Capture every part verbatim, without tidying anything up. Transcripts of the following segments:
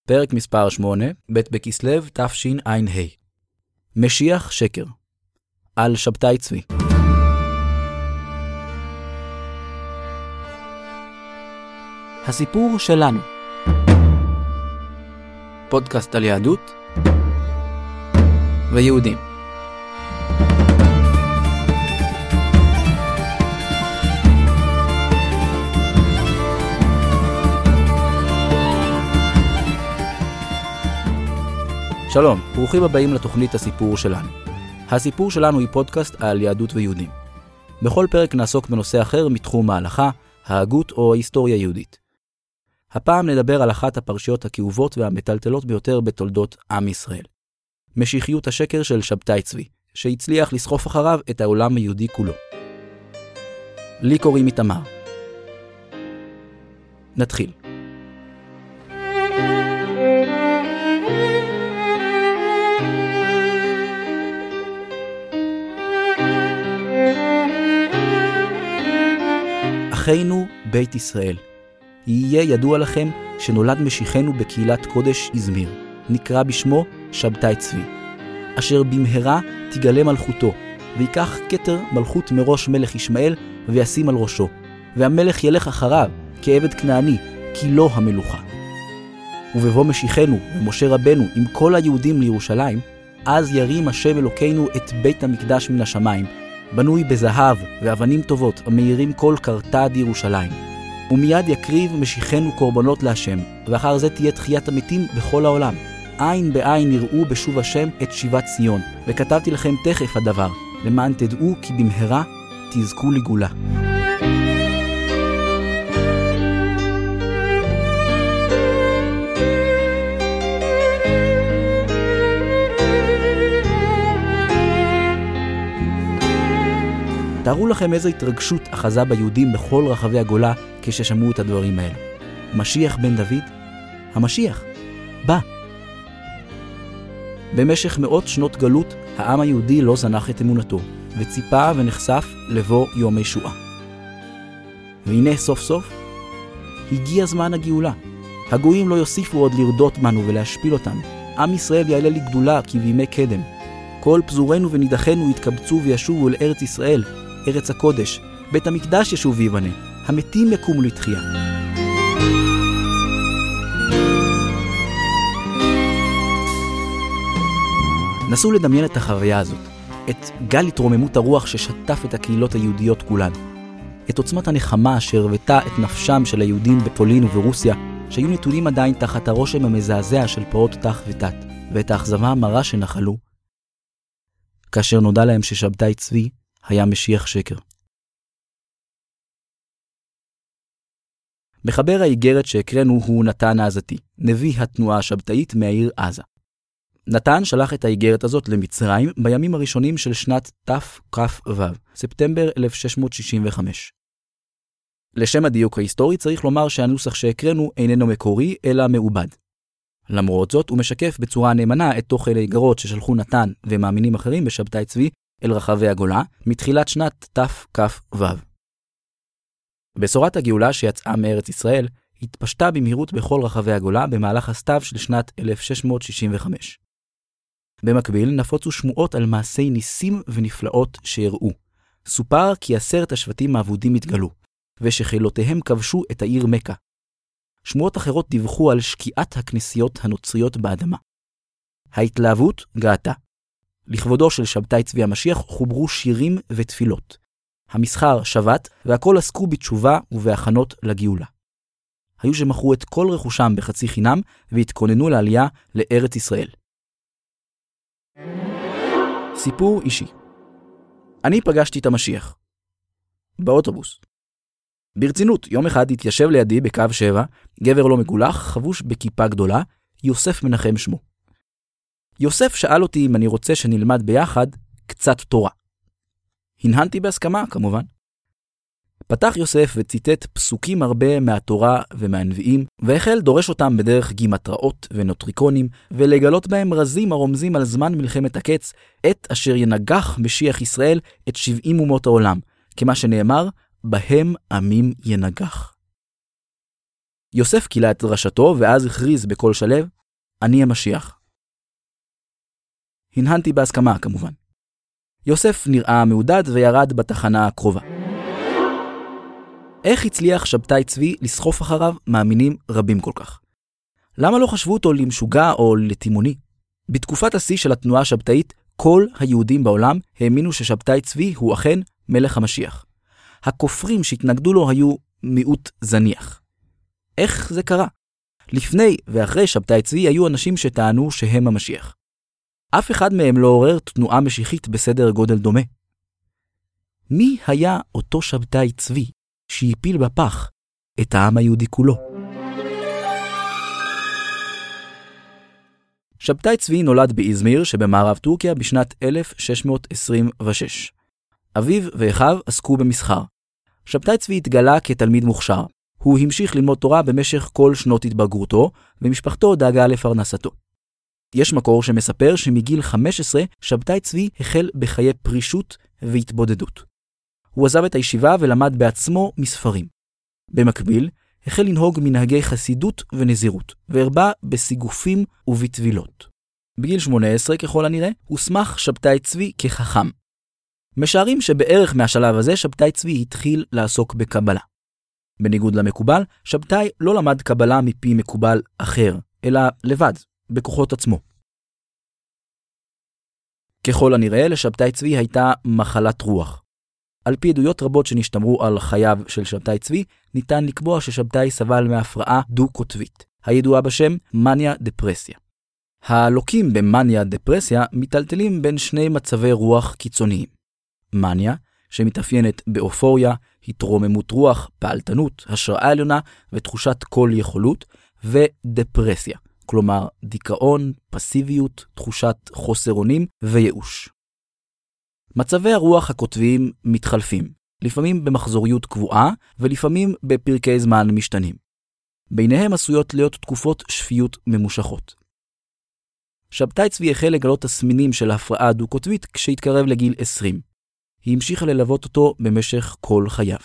פרק מספר שמונה, ב' בכסלו תשע"ה. משיח שקר. על שבתאי צבי. הסיפור שלנו. פודקאסט על יהדות ויהודים. שלום, ברוכים הבאים לתוכנית הסיפור שלנו. הסיפור שלנו היא פודקאסט על יהדות ויהודים. בכל פרק נעסוק בנושא אחר מתחום ההלכה, ההגות או ההיסטוריה היהודית. הפעם נדבר על אחת הפרשיות הכאובות והמטלטלות ביותר בתולדות עם ישראל. משיחיות השקר של שבתאי צבי, שהצליח לסחוף אחריו את העולם היהודי כולו. לי קוראים איתמר. נתחיל. אחינו בית ישראל, יהיה ידוע לכם שנולד משיחנו בקהילת קודש איזמיר, נקרא בשמו שבתאי צבי, אשר במהרה תגלה מלכותו, ויקח כתר מלכות מראש מלך ישמעאל וישים על ראשו, והמלך ילך אחריו כעבד כנעני, כי לא המלוכה. ובבוא משיחנו ומשה רבנו עם כל היהודים לירושלים, אז ירים השם אלוקינו את בית המקדש מן השמיים, בנוי בזהב ואבנים טובות המאירים כל קרתד ירושלים. ומיד יקריב משיחנו קורבנות להשם, ואחר זה תהיה תחיית המתים בכל העולם. עין בעין יראו בשוב השם את שיבת ציון, וכתבתי לכם תכף הדבר, למען תדעו כי במהרה תזכו לגאולה. תארו לכם איזו התרגשות אחזה ביהודים בכל רחבי הגולה כששמעו את הדברים האלו. משיח בן דוד? המשיח. בא. במשך מאות שנות גלות, העם היהודי לא זנח את אמונתו, וציפה ונחשף לבוא יום הישועה. והנה סוף סוף, הגיע זמן הגאולה. הגויים לא יוסיפו עוד לרדות בנו ולהשפיל אותנו. עם ישראל יעלה לגדולה כי בימי קדם. כל פזורנו ונידחנו יתקבצו וישובו אל ארץ ישראל, ארץ הקודש, בית המקדש ישוב ויבנה, המתים יקומו לתחייה. נסו לדמיין את החוויה הזאת, את גל התרוממות הרוח ששטף את הקהילות היהודיות כולן, את עוצמת הנחמה שהרוותה את נפשם של היהודים בפולין וברוסיה, שהיו נתונים עדיין תחת הרושם המזעזע של פרעות תח ותת, ואת האכזבה המרה שנחלו, כאשר נודע להם ששבתאי צבי היה משיח שקר. מחבר האיגרת שהקראנו הוא נתן העזתי, נביא התנועה השבתאית מהעיר עזה. נתן שלח את האיגרת הזאת למצרים בימים הראשונים של שנת תשכ"ו, ספטמבר אלף שש מאות שישים וחמש. לשם הדיוק ההיסטורי צריך לומר שהנוסח שהקראנו איננו מקורי אלא מעובד. למרות זאת הוא משקף בצורה נאמנה את תוכן האיגרות ששלחו נתן ומאמינים אחרים בשבתאי צבי אל רחבי הגולה מתחילת שנת תשכ"ו. בשורת הגאולה שיצאה מארץ ישראל התפשטה במהירות בכל רחבי הגולה במהלך הסתיו של שנת אלף שש מאות שישים וחמש. במקביל נפוצו שמועות על מעשי ניסים ונפלאות שהראו. סופר כי עשרת השבטים האבודים התגלו, ושחילותיהם כבשו את העיר מקה. שמועות אחרות דיווחו על שקיעת הכנסיות הנוצריות באדמה. ההתלהבות גאתה. לכבודו של שבתאי צבי המשיח חוברו שירים ותפילות. המסחר שבת והכל עסקו בתשובה ובהכנות לגאולה. היו שמכרו את כל רכושם בחצי חינם והתכוננו לעלייה לארץ ישראל. סיפור אישי. אני פגשתי את המשיח. באוטובוס. ברצינות, יום אחד התיישב לידי בקו שבע, גבר לא מגולח, חבוש בכיפה גדולה, יוסף מנחם שמו. יוסף שאל אותי אם אני רוצה שנלמד ביחד קצת תורה. הנהנתי בהסכמה, כמובן. פתח יוסף וציטט פסוקים הרבה מהתורה ומהנביאים, והחל דורש אותם בדרך גימטראות ונוטריקונים, ולגלות בהם רזים הרומזים על זמן מלחמת הקץ, את אשר ינגח משיח ישראל את שבעים אומות העולם, כמה שנאמר, בהם עמים ינגח. יוסף קילה את דרשתו ואז הכריז בקול שלו, אני המשיח. הנהנתי בהסכמה כמובן. יוסף נראה מעודד וירד בתחנה הקרובה. איך הצליח שבתאי צבי לסחוף אחריו מאמינים רבים כל כך? למה לא חשבו אותו למשוגע או לתימוני? בתקופת השיא של התנועה השבתאית, כל היהודים בעולם האמינו ששבתאי צבי הוא אכן מלך המשיח. הכופרים שהתנגדו לו היו מיעוט זניח. איך זה קרה? לפני ואחרי שבתאי צבי היו אנשים שטענו שהם המשיח. אף אחד מהם לא עורר תנועה משיחית בסדר גודל דומה. מי היה אותו שבתאי צבי שהפיל בפח את העם היהודי כולו? שבתאי צבי נולד באיזמיר שבמערב טורקיה בשנת אלף שש מאות עשרים ושש. אביו ואחיו עסקו במסחר. שבתאי צבי התגלה כתלמיד מוכשר. הוא המשיך ללמוד תורה במשך כל שנות התבגרותו, ומשפחתו דאגה לפרנסתו. יש מקור שמספר שמגיל חמש עשרה שבתאי צבי החל בחיי פרישות והתבודדות. הוא עזב את הישיבה ולמד בעצמו מספרים. במקביל, החל לנהוג מנהגי חסידות ונזירות, והרבה בסיגופים ובטבילות. בגיל שמונה עשרה ככל הנראה, הוסמך שבתאי צבי כחכם. משערים שבערך מהשלב הזה שבתאי צבי התחיל לעסוק בקבלה. בניגוד למקובל, שבתאי לא למד קבלה מפי מקובל אחר, אלא לבד, בכוחות עצמו. ככל הנראה, לשבתאי צבי הייתה מחלת רוח. על פי עדויות רבות שנשתמרו על חייו של שבתאי צבי, ניתן לקבוע ששבתאי סבל מהפרעה דו-קוטבית, הידועה בשם מניה דפרסיה. הלוקים במניה דפרסיה מטלטלים בין שני מצבי רוח קיצוניים. מניה, שמתאפיינת באופוריה, התרוממות רוח, פעלתנות, השראה עליונה ותחושת כל יכולות, ודפרסיה, כלומר דיכאון, פסיביות, תחושת חוסר אונים וייאוש. מצבי הרוח הקוטביים מתחלפים, לפעמים במחזוריות קבועה ולפעמים בפרקי זמן משתנים. ביניהם עשויות להיות תקופות שפיות ממושכות. שבתאי צבי החל לגלות תסמינים של הפרעה דו-קוטבית כשהתקרב לגיל עשרים. היא המשיכה ללוות אותו במשך כל חייו.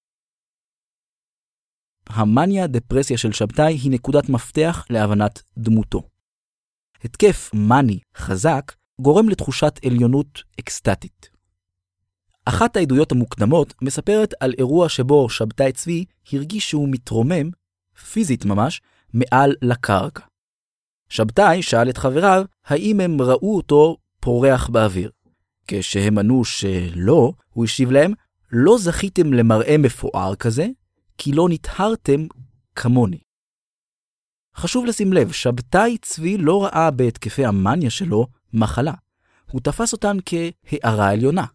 המניה דפרסיה של שבתאי היא נקודת מפתח להבנת דמותו. התקף מני חזק גורם לתחושת עליונות אקסטטית. אחת העדויות המוקדמות מספרת על אירוע שבו שבתאי צבי הרגיש שהוא מתרומם, פיזית ממש, מעל לקרקע. שבתאי שאל את חבריו האם הם ראו אותו פורח באוויר. כשהם ענו שלא, הוא השיב להם, לא זכיתם למראה מפואר כזה, כי לא נטהרתם כמוני. חשוב לשים לב, שבתאי צבי לא ראה בהתקפי המניה שלו מחלה. הוא תפס אותן כהערה עליונה.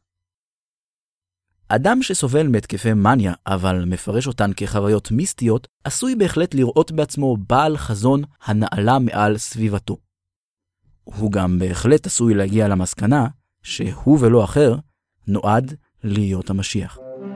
אדם שסובל מהתקפי מניה, אבל מפרש אותן כחוויות מיסטיות, עשוי בהחלט לראות בעצמו בעל חזון הנעלה מעל סביבתו. הוא גם בהחלט עשוי להגיע למסקנה שהוא ולא אחר נועד להיות המשיח.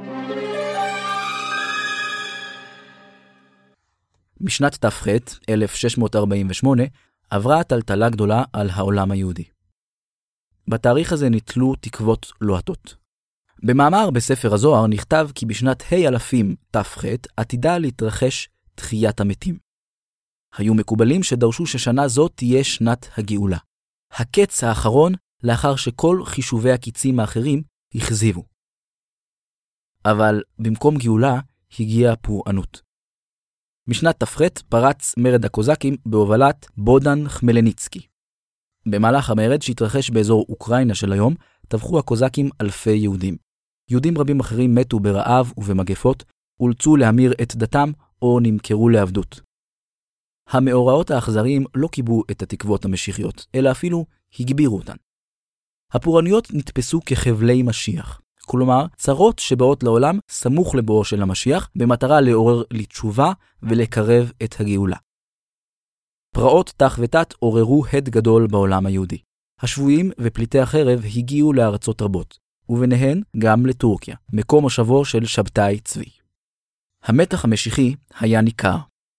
בשנת ת"ח, אלף שש מאות ארבעים ושמונה, עברה טלטלה גדולה על העולם היהודי. בתאריך הזה נתלו תקוות לוהטות. במאמר בספר הזוהר נכתב כי בשנת ה' אלפים ת"ח עתידה להתרחש תחיית המתים. היו מקובלים שדרשו ששנה זו תהיה שנת הגאולה. הקץ האחרון לאחר שכל חישובי הקיצים האחרים הכזיבו. אבל במקום גאולה הגיעה פורענות. משנת ת"ח פרץ מרד הקוזקים בהובלת בודן חמלניצקי. במהלך המרד שהתרחש באזור אוקראינה של היום, טבחו הקוזקים אלפי יהודים. יהודים רבים אחרים מתו ברעב ובמגפות, אולצו להמיר את דתם או נמכרו לעבדות. המאורעות האכזריים לא קיבלו את התקוות המשיחיות, אלא אפילו הגבירו אותן. הפורענויות נתפסו כחבלי משיח, כלומר צרות שבאות לעולם סמוך לבואו של המשיח, במטרה לעורר לתשובה ולקרב את הגאולה. פרעות ת"ח ות"ט עוררו הד גדול בעולם היהודי. השבויים ופליטי החרב הגיעו לארצות רבות, וביניהן גם לטורקיה, מקום מושבו של שבתאי צבי. המתח המשיחי היה ניכר.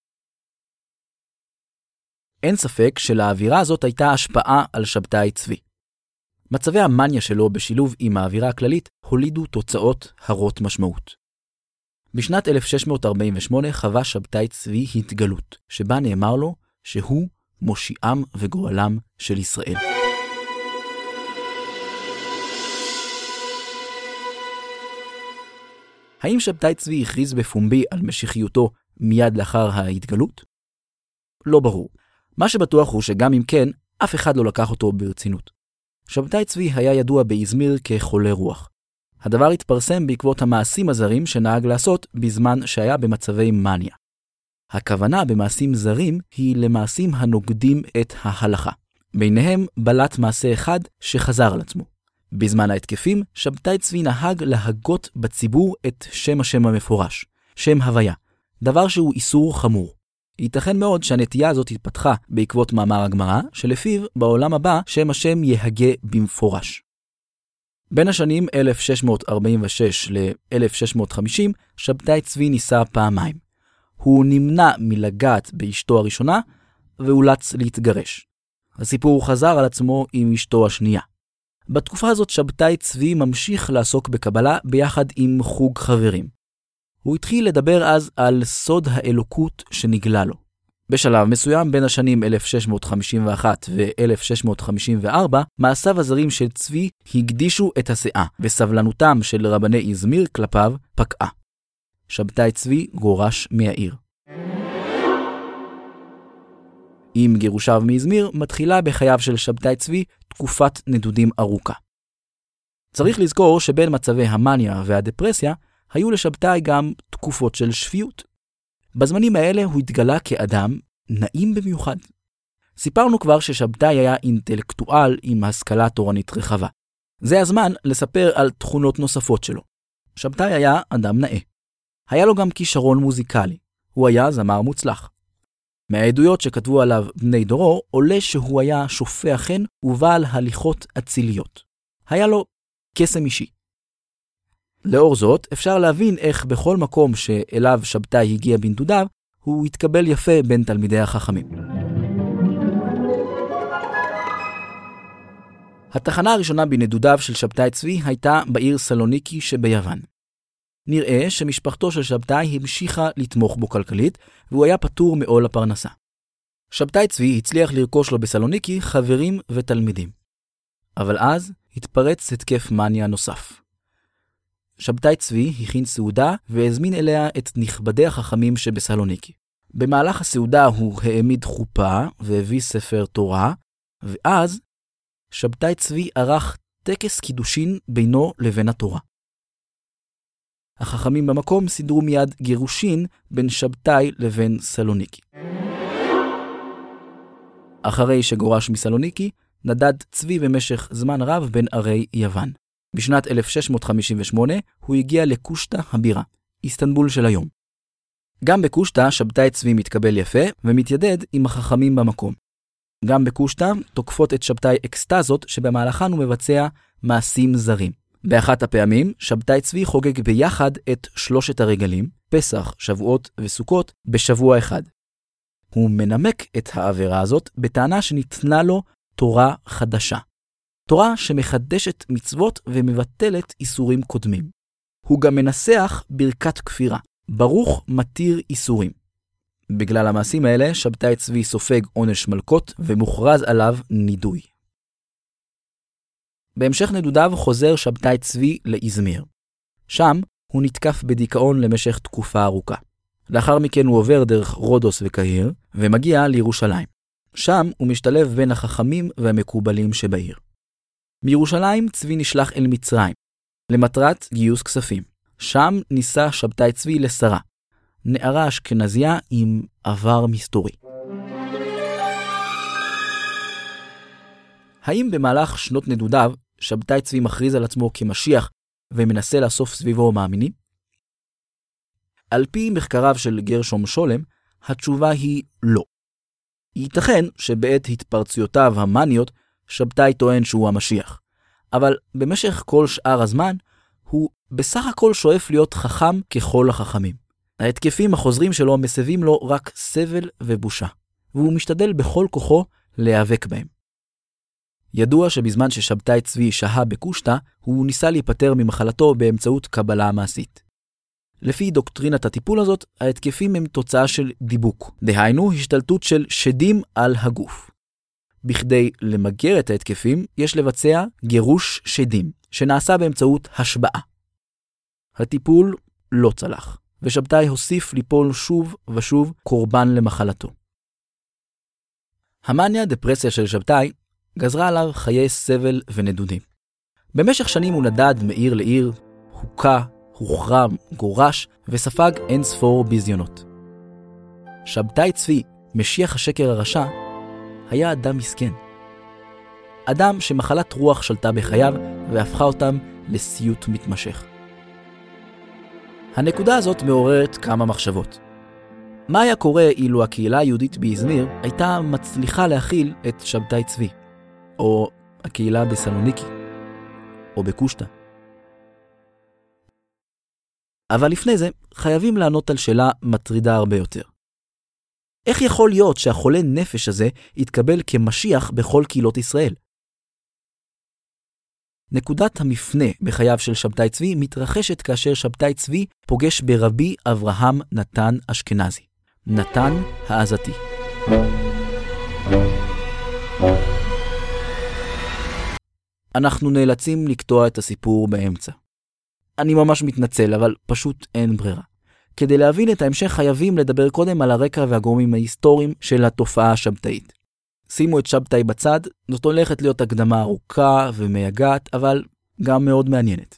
אין ספק שלאווירה הזאת הייתה השפעה על שבתאי צבי. מצבי המניה שלו בשילוב עם האווירה הכללית הולידו תוצאות הרות משמעות. בשנת אלף שש מאות ארבעים ושמונה חווה שבתאי צבי התגלות, שבה נאמר לו שהוא מושיעם וגואלם של ישראל. האם שבתאי צבי הכריז בפומבי על משיחיותו מיד לאחר ההתגלות? לא ברור. מה שבטוח הוא שגם אם כן, אף אחד לא לקח אותו ברצינות. שבתאי צבי היה ידוע באזמיר כחולה רוח. הדבר התפרסם בעקבות המעשים הזרים שנהג לעשות בזמן שהיה במצבי מניה. הכוונה במעשים זרים היא למעשים הנוגדים את ההלכה. ביניהם בלט מעשה אחד שחזר על עצמו. בזמן ההתקפים, שבתאי צבי נהג להגות בציבור את שם השם המפורש, שם הוויה, דבר שהוא איסור חמור. ייתכן מאוד שהנטייה הזאת התפתחה בעקבות מאמר הגמרא, שלפיו בעולם הבא שם השם יהגה במפורש. בין השנים אלף שש מאות ארבעים ושש ל-אלף שש מאות חמישים, שבתאי צבי ניסה פעמיים. הוא נמנע מלגעת באשתו הראשונה, ואולץ להתגרש. הסיפור חזר על עצמו עם אשתו השנייה. בתקופה הזאת שבתאי צבי ממשיך לעסוק בקבלה ביחד עם חוג חברים. הוא התחיל לדבר אז על סוד האלוקות שנגלה לו. בשלב מסוים בין השנים אלף שש מאות חמישים ואחת ו-אלף שש מאות חמישים וארבע, מעשיו הזרים של צבי הקדישו את הסאה, וסבלנותם של רבני איזמיר כלפיו פקעה. שבתאי צבי גורש מהעיר. עם גירושיו מאיזמיר מתחילה בחייו של שבתאי צבי תקופת נדודים ארוכה. צריך לזכור שבין מצבי המניה והדפרסיה היו לשבתאי גם תקופות של שפיות. בזמנים האלה הוא התגלה כאדם נעים במיוחד. סיפרנו כבר ששבתאי היה אינטלקטואל עם השכלה תורנית רחבה. זה הזמן לספר על תכונות נוספות שלו. שבתאי היה אדם נאה. היה לו גם כישרון מוזיקלי. הוא היה זמר מוצלח. מהעדויות שכתבו עליו בני דורו עולה שהוא היה שופע חן ובעל הליכות אציליות. היה לו קסם אישי. לאור זאת, אפשר להבין איך בכל מקום שאליו שבתאי הגיע בנדודיו, הוא התקבל יפה בין תלמידי החכמים. התחנה הראשונה בנדודיו של שבתאי צבי הייתה בעיר סלוניקי שביוון. נראה שמשפחתו של שבתאי המשיכה לתמוך בו כלכלית, והוא היה פטור מעול הפרנסה. שבתאי צבי הצליח לרכוש לו בסלוניקי חברים ותלמידים. אבל אז התפרץ התקף מניה נוסף. שבתאי צבי הכין סעודה והזמין אליה את נכבדי החכמים שבסלוניקי. במהלך הסעודה הוא העמיד חופה והביא ספר תורה, ואז שבתאי צבי ערך טקס קידושין בינו לבין התורה. החכמים במקום סידרו מיד גירושין בין שבתאי לבין סלוניקי. אחרי שגורש מסלוניקי, נדד צבי במשך זמן רב בין ערי יוון. בשנת אלף שש מאות חמישים ושמונה הוא הגיע לקושטא הבירה, איסטנבול של היום. גם בקושטא שבתאי צבי מתקבל יפה ומתיידד עם החכמים במקום. גם בקושטא תוקפות את שבתאי אקסטזות שבמהלכן הוא מבצע מעשים זרים. באחת הפעמים שבתאי צבי חוגג ביחד את שלושת הרגלים, פסח, שבועות וסוכות, בשבוע אחד. הוא מנמק את העבירה הזאת בטענה שניתנה לו תורה חדשה. תורה שמחדשת מצוות ומבטלת איסורים קודמים. הוא גם מנסח ברכת כפירה, ברוך מתיר איסורים. בגלל המעשים האלה שבתאי צבי סופג עונש מלכות ומוכרז עליו נידוי. בהמשך נדודיו חוזר שבתאי צבי לאיזמיר. שם הוא נתקף בדיכאון למשך תקופה ארוכה. לאחר מכן הוא עובר דרך רודוס וקהיר ומגיע לירושלים. שם הוא משתלב בין החכמים והמקובלים שבעיר. מירושלים צבי נשלח אל מצרים, למטרת גיוס כספים. שם ניסה שבתאי צבי לשרה, נערה אשכנזיה עם עבר מסתורי. האם במהלך שנות נדודיו שבתאי צבי מכריז על עצמו כמשיח ומנסה לאסוף סביבו מאמינים? על פי מחקריו של גרשום שולם, התשובה היא לא. ייתכן שבעת התפרצויותיו המניות שבתאי טוען שהוא המשיח, אבל במשך כל שאר הזמן הוא בסך הכל שואף להיות חכם ככל החכמים. ההתקפים החוזרים שלו מסבים לו רק סבל ובושה, והוא משתדל בכל כוחו להיאבק בהם. ידוע שבזמן ששבתאי צבי שהה בקושטא, הוא ניסה להיפטר ממחלתו באמצעות קבלה מעשית. לפי דוקטרינת הטיפול הזאת, ההתקפים הם תוצאה של דיבוק, דהיינו השתלטות של שדים על הגוף. בכדי למגר את ההתקפים, יש לבצע גירוש שדים, שנעשה באמצעות השבעה. הטיפול לא צלח, ושבתאי הוסיף ליפול שוב ושוב קורבן למחלתו. המניה דפרסיה של שבתאי גזרה עליו חיי סבל ונדודים. במשך שנים הוא נדד מעיר לעיר, הוקע, הוחרם, גורש וספג אין ספור ביזיונות. שבתאי צבי, משיח השקר הרשע, היה אדם מסכן. אדם שמחלת רוח שלטה בחייו והפכה אותם לסיוט מתמשך. הנקודה הזאת מעוררת כמה מחשבות. מה היה קורה אילו הקהילה היהודית באזמיר הייתה מצליחה להכיל את שבתאי צבי, או הקהילה בסלוניקי, או בקושטא? אבל לפני זה חייבים לענות על שאלה מטרידה הרבה יותר. איך יכול להיות שהחולה נפש הזה יתקבל כמשיח בכל קהילות ישראל? נקודת המפנה בחייו של שבתאי צבי מתרחשת כאשר שבתאי צבי פוגש ברבי אברהם נתן אשכנזי, נתן העזתי. אנחנו נאלצים לקטוע את הסיפור באמצע. אני ממש מתנצל, אבל פשוט אין ברירה. כדי להבין את ההמשך חייבים לדבר קודם על הרקע והגורמים ההיסטוריים של התופעה השבתאית. שימו את שבתאי בצד, זאת הולכת להיות הקדמה ארוכה ומייגעת, אבל גם מאוד מעניינת.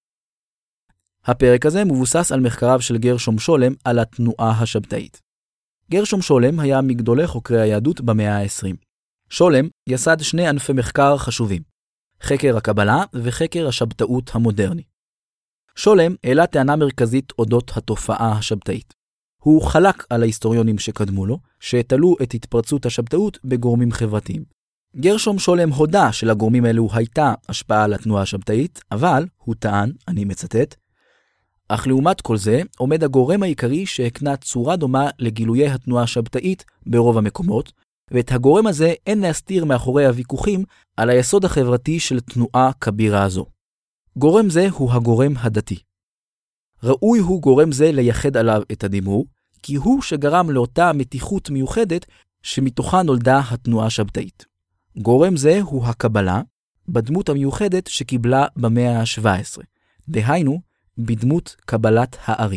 הפרק הזה מבוסס על מחקריו של גרשום שולם על התנועה השבתאית. גרשום שולם היה מגדולי חוקרי היהדות במאה ה-עשרים. שולם יסד שני ענפי מחקר חשובים, חקר הקבלה וחקר השבתאות המודרני. שולם העלה טענה מרכזית אודות התופעה השבתאית. הוא חלק על ההיסטוריונים שקדמו לו, שהטלו את התפרצות השבתאות בגורמים חברתיים. גרשום שולם הודה שלגורמים האלו הייתה השפעה על התנועה השבתאית, אבל הוא טען, אני מצטט, אך לעומת כל זה עומד הגורם העיקרי שהקנה צורה דומה לגילויי התנועה השבתאית ברוב המקומות, ואת הגורם הזה אין להסתיר מאחורי הוויכוחים על היסוד החברתי של תנועה כבירה הזו. גורם זה הוא הגורם הדתי. ראוי הוא גורם זה לייחד עליו את הדימור, כי הוא שגרם לאותה מתיחות מיוחדת שמתוכה נולדה התנועה השבתאית. גורם זה הוא הקבלה, בדמות המיוחדת שקיבלה במאה ה-שבע עשרה, דהיינו בדמות קבלת הארי.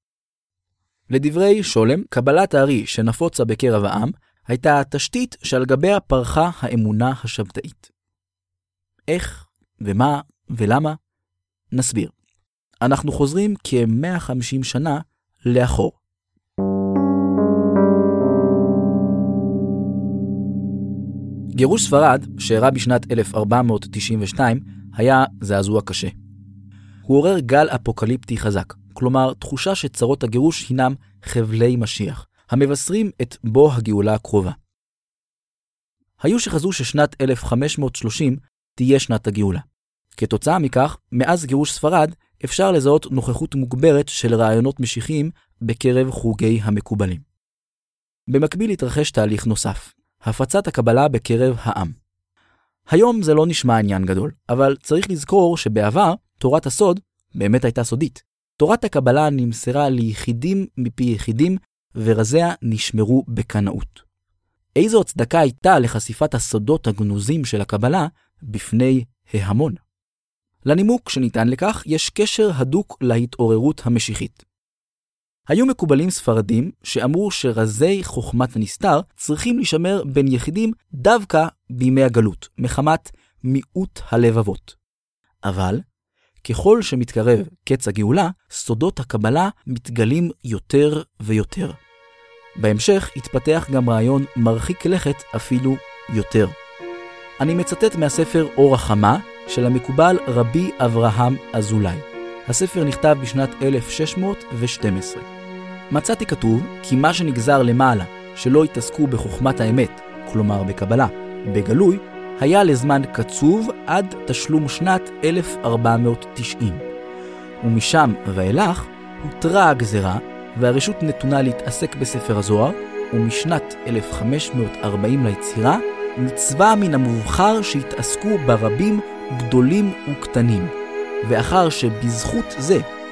לדברי שולם, קבלת הארי שנפוצה בקרב העם, הייתה התשתית שעל גביה פרחה האמונה השבתאית. איך ומה ולמה? נסביר. אנחנו חוזרים כ-מאה וחמישים שנה לאחור. גירוש ספרד, שאירע בשנת אלף ארבע מאות תשעים ושתיים, היה זעזוע קשה. הוא עורר גל אפוקליפטי חזק, כלומר תחושה שצרות הגירוש הינם חבלי משיח, המבשרים את בוא הגאולה הקרובה. היו שחזו ששנת אלף חמש מאות שלושים תהיה שנת הגאולה. כתוצאה מכך, מאז גירוש ספרד, אפשר לזהות נוכחות מוגברת של רעיונות משיחיים בקרב חוגי המקובלים. במקביל התרחש תהליך נוסף, הפצת הקבלה בקרב העם. היום זה לא נשמע עניין גדול, אבל צריך לזכור שבעבר תורת הסוד באמת הייתה סודית. תורת הקבלה נמסרה ליחידים מפי יחידים, ורזיה נשמרו בקנאות. איזו הצדקה הייתה לחשיפת הסודות הגנוזים של הקבלה בפני ההמון? לנימוק שניתן לכך יש קשר הדוק להתעוררות המשיחית. היו מקובלים ספרדים שאמרו שרזי חוכמת הנסתר צריכים להישמר בין יחידים דווקא בימי הגלות, מחמת מיעוט הלבבות. אבל ככל שמתקרב קץ הגאולה, סודות הקבלה מתגלים יותר ויותר. בהמשך התפתח גם רעיון מרחיק לכת אפילו יותר. אני מצטט מהספר אור החמה של המקובל רבי אברהם אזולאי. הספר נכתב בשנת אלף שש מאות ושתים עשרה. מצאתי כתוב כי מה שנגזר למעלה, שלא התעסקו בחוכמת האמת, כלומר בקבלה, בגלוי, היה לזמן קצוב עד תשלום שנת אלף ארבע מאות תשעים. ומשם ואילך הותרה הגזרה, והרשות נתונה להתעסק בספר הזוהר, ומשנת אלף חמש מאות ארבעים ליצירה, מצווה מן המובחר שהתעסקו ברבים גדולים וקטנים, ואחר שבזכות זה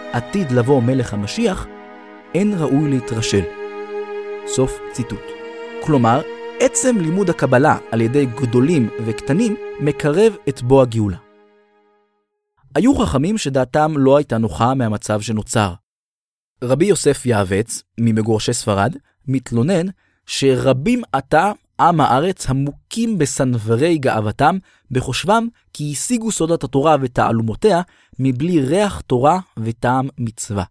עתיד לבוא מלך המשיח, אין ראוי להתרשל. סוף ציטוט. כלומר, עצם לימוד הקבלה על ידי גדולים וקטנים מקרב את בוא הגאולה. היו חכמים שדעתם לא הייתה נוחה מהמצב שנוצר. רבי יוסף יעבץ, ממגורשי ספרד, מתלונן שרבים עתה עם הארץ המוכים בסנוורי גאוותם, בחושבם כי השיגו סודות התורה ותעלומותיה מבלי ריח תורה וטעם מצווה.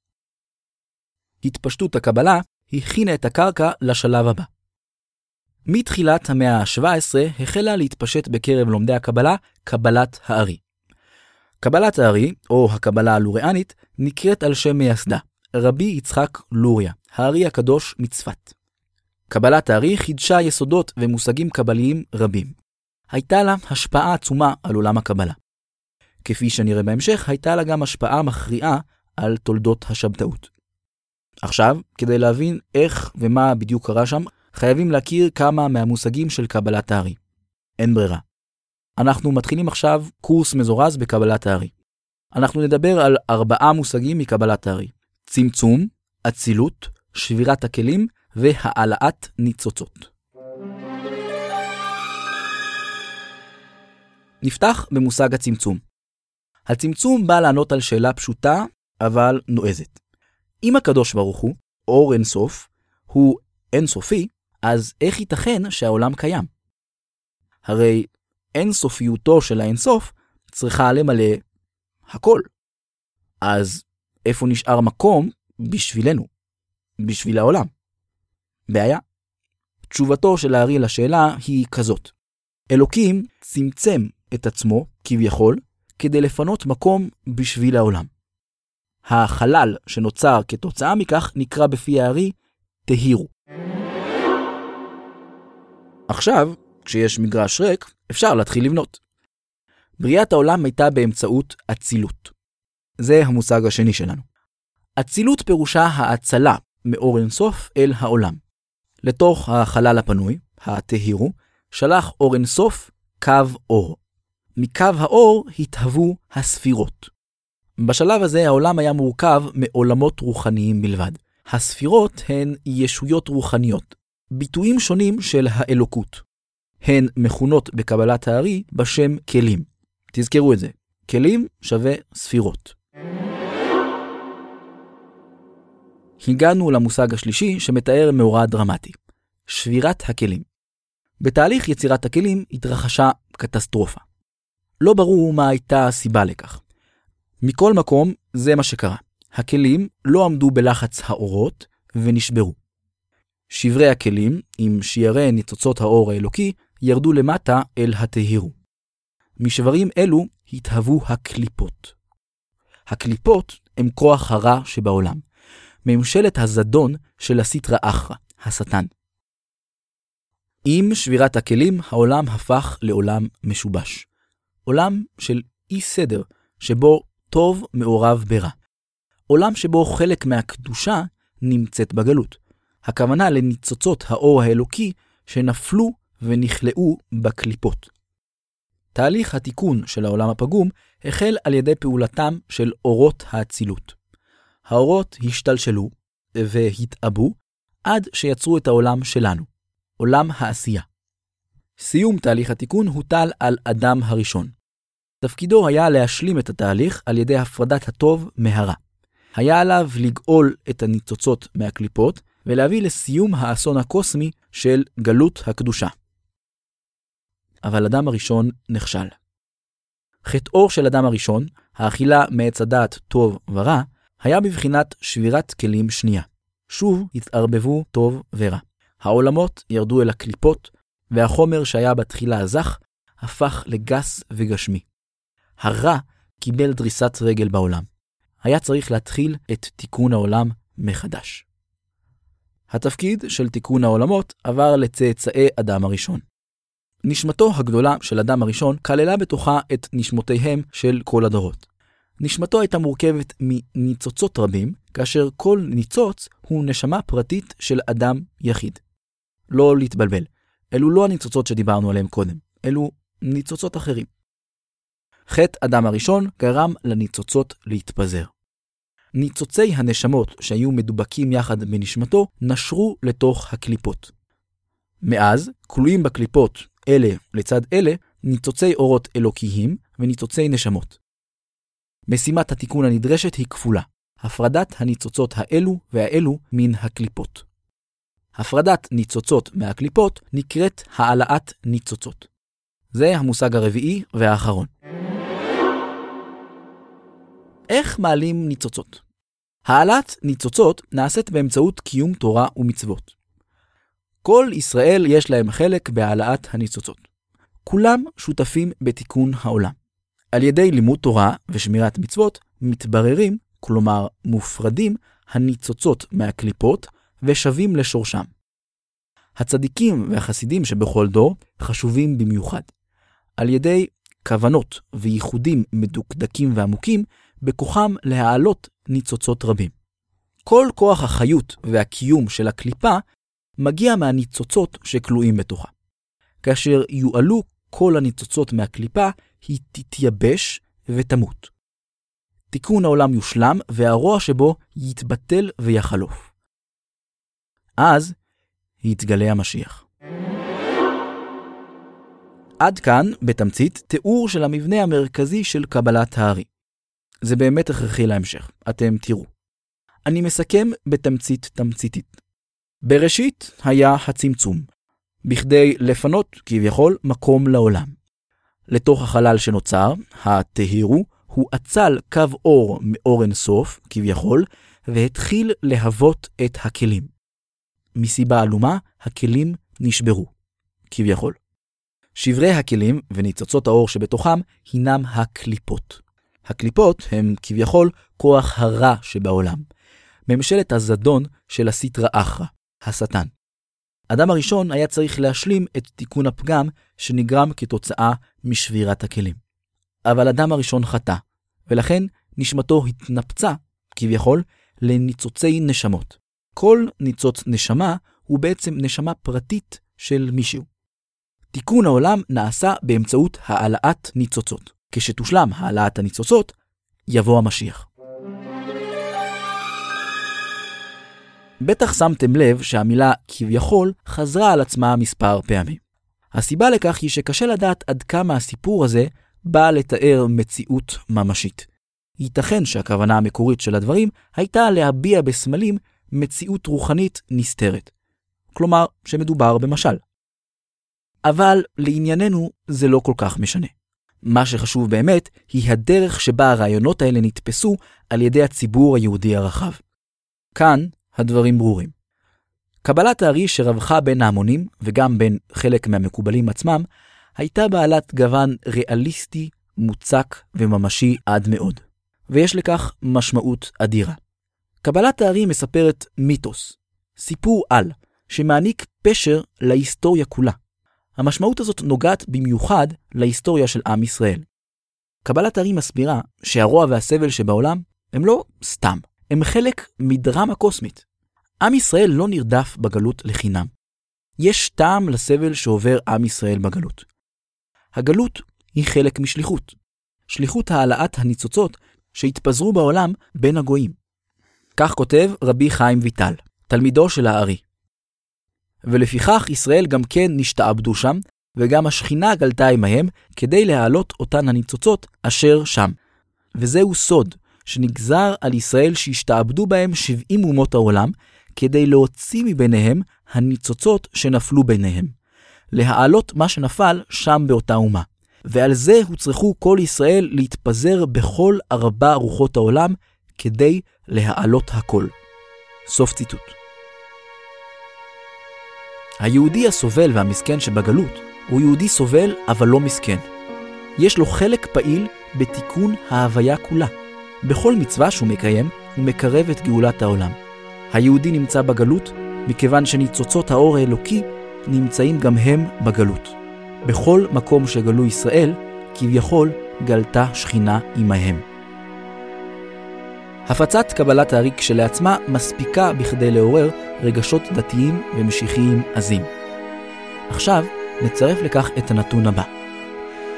התפשטות הקבלה הכינה את הקרקע לשלב הבא. מתחילת המאה ה-שבע עשרה החלה להתפשט בקרב לומדי הקבלה קבלת הארי. קבלת הארי, או הקבלה הלוריאנית, נקראת על שם מייסדה, רבי יצחק לוריה, הארי הקדוש מצפת. קבלת הארי חידשה יסודות ומושגים קבליים רבים. הייתה לה השפעה עצומה על עולם הקבלה. כפי שנראה בהמשך, הייתה לה גם השפעה מכריעה על תולדות השבתאות. עכשיו, כדי להבין איך ומה בדיוק קרה שם, חייבים להכיר כמה מהמושגים של קבלת הארי. אין ברירה. אנחנו מתחילים עכשיו קורס מזורז בקבלת הארי. אנחנו נדבר על ארבעה מושגים מקבלת הארי. צמצום, אצילות, שבירת הכלים והעלאת ניצוצות. נפתח במושג הצמצום. הצמצום בא לענות על שאלה פשוטה, אבל נועזת. אם הקדוש ברוך הוא, אור אינסוף, הוא אינסופי, אז איך ייתכן שהעולם קיים? הרי אינסופיותו של האינסוף צריכה למלא הכל. אז איפה נשאר מקום בשבילנו? בשביל העולם? בעיה. תשובתו של הארי לשאלה היא כזאת. אלוקים צמצם את עצמו, כביכול, כדי לפנות מקום בשביל העולם. החלל שנוצר כתוצאה מכך נקרא בפי הארי תהירו. עכשיו, כשיש מגרש ריק, אפשר להתחיל לבנות. בריאת העולם הייתה באמצעות אצילות. זה המושג השני שלנו. אצילות פירושה האצלה מאור אינסוף אל העולם. לתוך החלל הפנוי, התהירו, שלח אור אינסוף קו אור. מקו האור התהוו הספירות. בשלב הזה העולם היה מורכב מעולמות רוחניים בלבד. הספירות הן ישויות רוחניות, ביטויים שונים של האלוקות. הן מכונות בקבלת הארי בשם כלים. תזכרו את זה. כלים שווה ספירות. הגענו למושג השלישי שמתאר מאורע דרמטי. שבירת הכלים. בתהליך יצירת הכלים התרחשה קטסטרופה. לא ברור מה הייתה הסיבה לכך. מכל מקום זה מה שקרה. הכלים לא עמדו בלחץ האורות ונשברו. שברי הכלים עם שיירי ניצוצות האור האלוקי ירדו למטה אל התהירו. משברים אלו התהוו הקליפות. הקליפות הם כוח הרע שבעולם. ממשלת הזדון של הסטרא אחרא, השטן. עם שבירת הכלים העולם הפך לעולם משובש. עולם של אי סדר שבו טוב מעורב ברע. עולם שבו חלק מהקדושה נמצאת בגלות. הכוונה לניצוצות האור האלוקי שנפלו ונכלאו בקליפות. תהליך התיקון של העולם הפגום החל על ידי פעולתם של אורות האצילות. האורות השתלשלו והתאבו עד שיצרו את העולם שלנו, עולם העשייה. סיום תהליך התיקון הוטל על אדם הראשון. תפקידו היה להשלים את התהליך על ידי הפרדת הטוב מהרע. היה עליו לגאול את הניצוצות מהקליפות ולהביא לסיום האסון הקוסמי של גלות הקדושה. אבל אדם הראשון נכשל. חטאו של אדם הראשון, האכילה מעץ הדעת טוב ורע, היה בבחינת שבירת כלים שנייה. שוב התערבבו טוב ורע. העולמות ירדו אל הקליפות, והחומר שהיה בתחילה הזך הפך לגס וגשמי. הרע קיבל דריסת רגל בעולם. היה צריך להתחיל את תיקון העולם מחדש. התפקיד של תיקון העולמות עבר לצאצאי אדם הראשון. נשמתו הגדולה של אדם הראשון כללה בתוכה את נשמותיהם של כל הדורות. נשמתו הייתה מורכבת מניצוצות רבים, כאשר כל ניצוץ הוא נשמה פרטית של אדם יחיד. לא להתבלבל, אלו לא הניצוצות שדיברנו עליהם קודם, אלו ניצוצות אחרים. חטא אדם הראשון גרם לניצוצות להתפזר. ניצוצי הנשמות שהיו מדובקים יחד בנשמתו נשרו לתוך הקליפות. מאז כלואים בקליפות אלה לצד אלה ניצוצי אורות אלוקיים וניצוצי נשמות. משימת התיקון הנדרשת היא כפולה, הפרדת הניצוצות האלו והאלו מן הקליפות. הפרדת ניצוצות מהקליפות נקראת העלאת ניצוצות. זה המושג הרביעי והאחרון. איך מעלים ניצוצות? העלאת ניצוצות נעשית באמצעות קיום תורה ומצוות. כל ישראל יש להם חלק בהעלאת הניצוצות. כולם שותפים בתיקון העולם. על ידי לימוד תורה ושמירת מצוות מתבררים, כלומר מופרדים, הניצוצות מהקליפות ושווים לשורשם. הצדיקים והחסידים שבכל דור חשובים במיוחד. על ידי כוונות וייחודים מדוקדקים ועמוקים בכוחם להעלות ניצוצות רבים. כל כוח החיות והקיום של הקליפה מגיע מהניצוצות שכלואים בתוכה. כאשר יועלו כל הניצוצות מהקליפה, היא תתייבש ותמות. תיקון העולם יושלם והרוע שבו יתבטל ויחלוף. אז יתגלה המשיח. עד כאן, בתמצית, תיאור של המבנה המרכזי של קבלת הארי. זה באמת הכרחי להמשך, אתם תראו. אני מסכם בתמצית תמציתית. בראשית היה הצמצום, בכדי לפנות כביכול מקום לעולם. לתוך החלל שנוצר, התהירו, הוא עצל קו אור מאור אין סוף, כביכול, והתחיל להוות את הכלים. מסיבה עלומה, הכלים נשברו, כביכול. שברי הכלים וניצוצות האור שבתוכם הינם הקליפות. הקליפות הם כביכול כוח הרע שבעולם. ממשלת הזדון של הסטרא אחרא, השטן. אדם הראשון היה צריך להשלים את תיקון הפגם שנגרם כתוצאה משבירת הכלים. אבל אדם הראשון חטא, ולכן נשמתו התנפצה, כביכול, לניצוצי נשמות. כל ניצוץ נשמה הוא בעצם נשמה פרטית של מישהו. תיקון העולם נעשה באמצעות העלאת ניצוצות. כשתושלם העלאת הניצוצות, יבוא המשיח. בטח שמתם לב שהמילה כביכול חזרה על עצמה מספר פעמים. הסיבה לכך היא שקשה לדעת עד כמה הסיפור הזה בא לתאר מציאות ממשית. ייתכן שהכוונה המקורית של הדברים הייתה להביע בסמלים מציאות רוחנית נסתרת. כלומר, שמדובר במשל. אבל לענייננו זה לא כל כך משנה. מה שחשוב באמת היא הדרך שבה הרעיונות האלה נתפסו על ידי הציבור היהודי הרחב. כאן הדברים ברורים. קבלת הארי שרווחה בין ההמונים וגם בין חלק מהמקובלים עצמם הייתה בעלת גוון ריאליסטי, מוצק וממשי עד מאוד. ויש לכך משמעות אדירה. קבלת הארי מספרת מיתוס, סיפור על, שמעניק פשר להיסטוריה כולה. המשמעות הזאת נוגעת במיוחד להיסטוריה של עם ישראל. קבלת הארי מסבירה שהרוע והסבל שבעולם הם לא סתם, הם חלק מדרמה קוסמית. עם ישראל לא נרדף בגלות לחינם. יש טעם לסבל שעובר עם ישראל בגלות. הגלות היא חלק משליחות. שליחות העלאת הניצוצות שהתפזרו בעולם בין הגויים. כך כותב רבי חיים ויטל, תלמידו של הארי. ולפיכך ישראל גם כן נשתעבדו שם, וגם השכינה גלתה עמהם כדי להעלות אותן הניצוצות אשר שם. וזהו סוד שנגזר על ישראל שהשתעבדו בהם שבעים אומות העולם, כדי להוציא מביניהם הניצוצות שנפלו ביניהם. להעלות מה שנפל שם באותה אומה. ועל זה הוצרכו כל ישראל להתפזר בכל ארבע רוחות העולם, כדי להעלות הכל. סוף ציטוט. היהודי הסובל והמסכן שבגלות הוא יהודי סובל אבל לא מסכן. יש לו חלק פעיל בתיקון ההוויה כולה. בכל מצווה שהוא מקיים הוא מקרב את גאולת העולם. היהודי נמצא בגלות מכיוון שניצוצות האור האלוקי נמצאים גם הם בגלות. בכל מקום שגלו ישראל, כביכול גלתה שכינה עמהם. הפצת קבלת הארי כשלעצמה מספיקה בכדי לעורר רגשות דתיים ומשיחיים עזים. עכשיו נצרף לכך את הנתון הבא.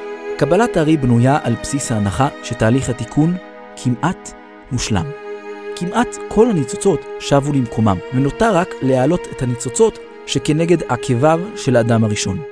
קבלת הארי בנויה על בסיס ההנחה שתהליך התיקון כמעט מושלם. כמעט כל הניצוצות שבו למקומם, ונותר רק להעלות את הניצוצות שכנגד עקביו של האדם הראשון.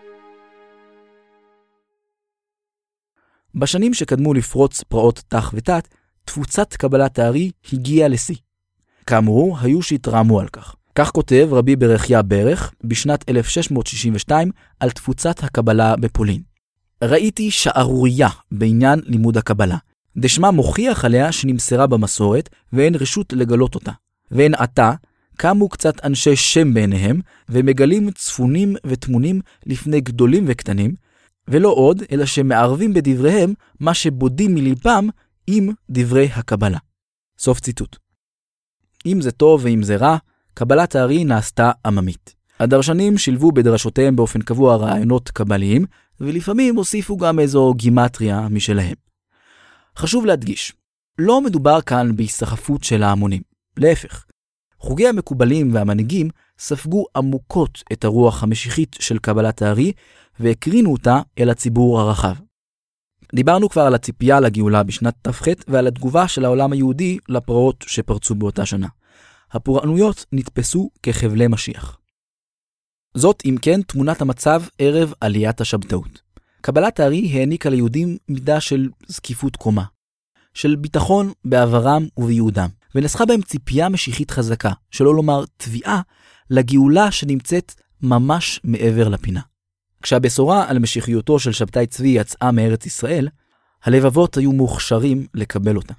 בשנים שקדמו לפרוץ פרעות תח ותת, תפוצת קבלת הארי הגיעה לשיא. כאמור, היו שהתרעמו על כך. כך כותב רבי ברכיה ברך בשנת אלף שש מאות שישים ושתיים על תפוצת הקבלה בפולין. ראיתי שערוריה בעניין לימוד הקבלה. דשמה מוכיח עליה שנמסרה במסורת ואין רשות לגלות אותה. ואין עתה, קמו קצת אנשי שם בעיניהם ומגלים צפונים ותמונים לפני גדולים וקטנים, ולא עוד אלא שמערבים בדבריהם מה שבודים מליבם עם דברי הקבלה. סוף ציטוט. אם זה טוב ואם זה רע, קבלת הארי נעשתה עממית. הדרשנים שילבו בדרשותיהם באופן קבוע רעיונות קבליים, ולפעמים הוסיפו גם איזו גימטריה משלהם. חשוב להדגיש, לא מדובר כאן בהיסחפות של ההמונים. להפך, חוגי המקובלים והמנהיגים ספגו עמוקות את הרוח המשיחית של קבלת הארי, והקרינו אותה אל הציבור הרחב. דיברנו כבר על הציפייה לגאולה בשנת ת"ח ועל התגובה של העולם היהודי לפרעות שפרצו באותה שנה. הפורענויות נתפסו כחבלי משיח. זאת אם כן תמונת המצב ערב עליית השבתאות. קבלת הארי העניקה ליהודים מידה של זקיפות קומה, של ביטחון בעברם וביהודם, ונסחה בהם ציפייה משיחית חזקה, שלא לומר תביעה, לגאולה שנמצאת ממש מעבר לפינה. כשהבשורה על משיחיותו של שבתאי צבי יצאה מארץ ישראל, הלבבות היו מוכשרים לקבל אותה.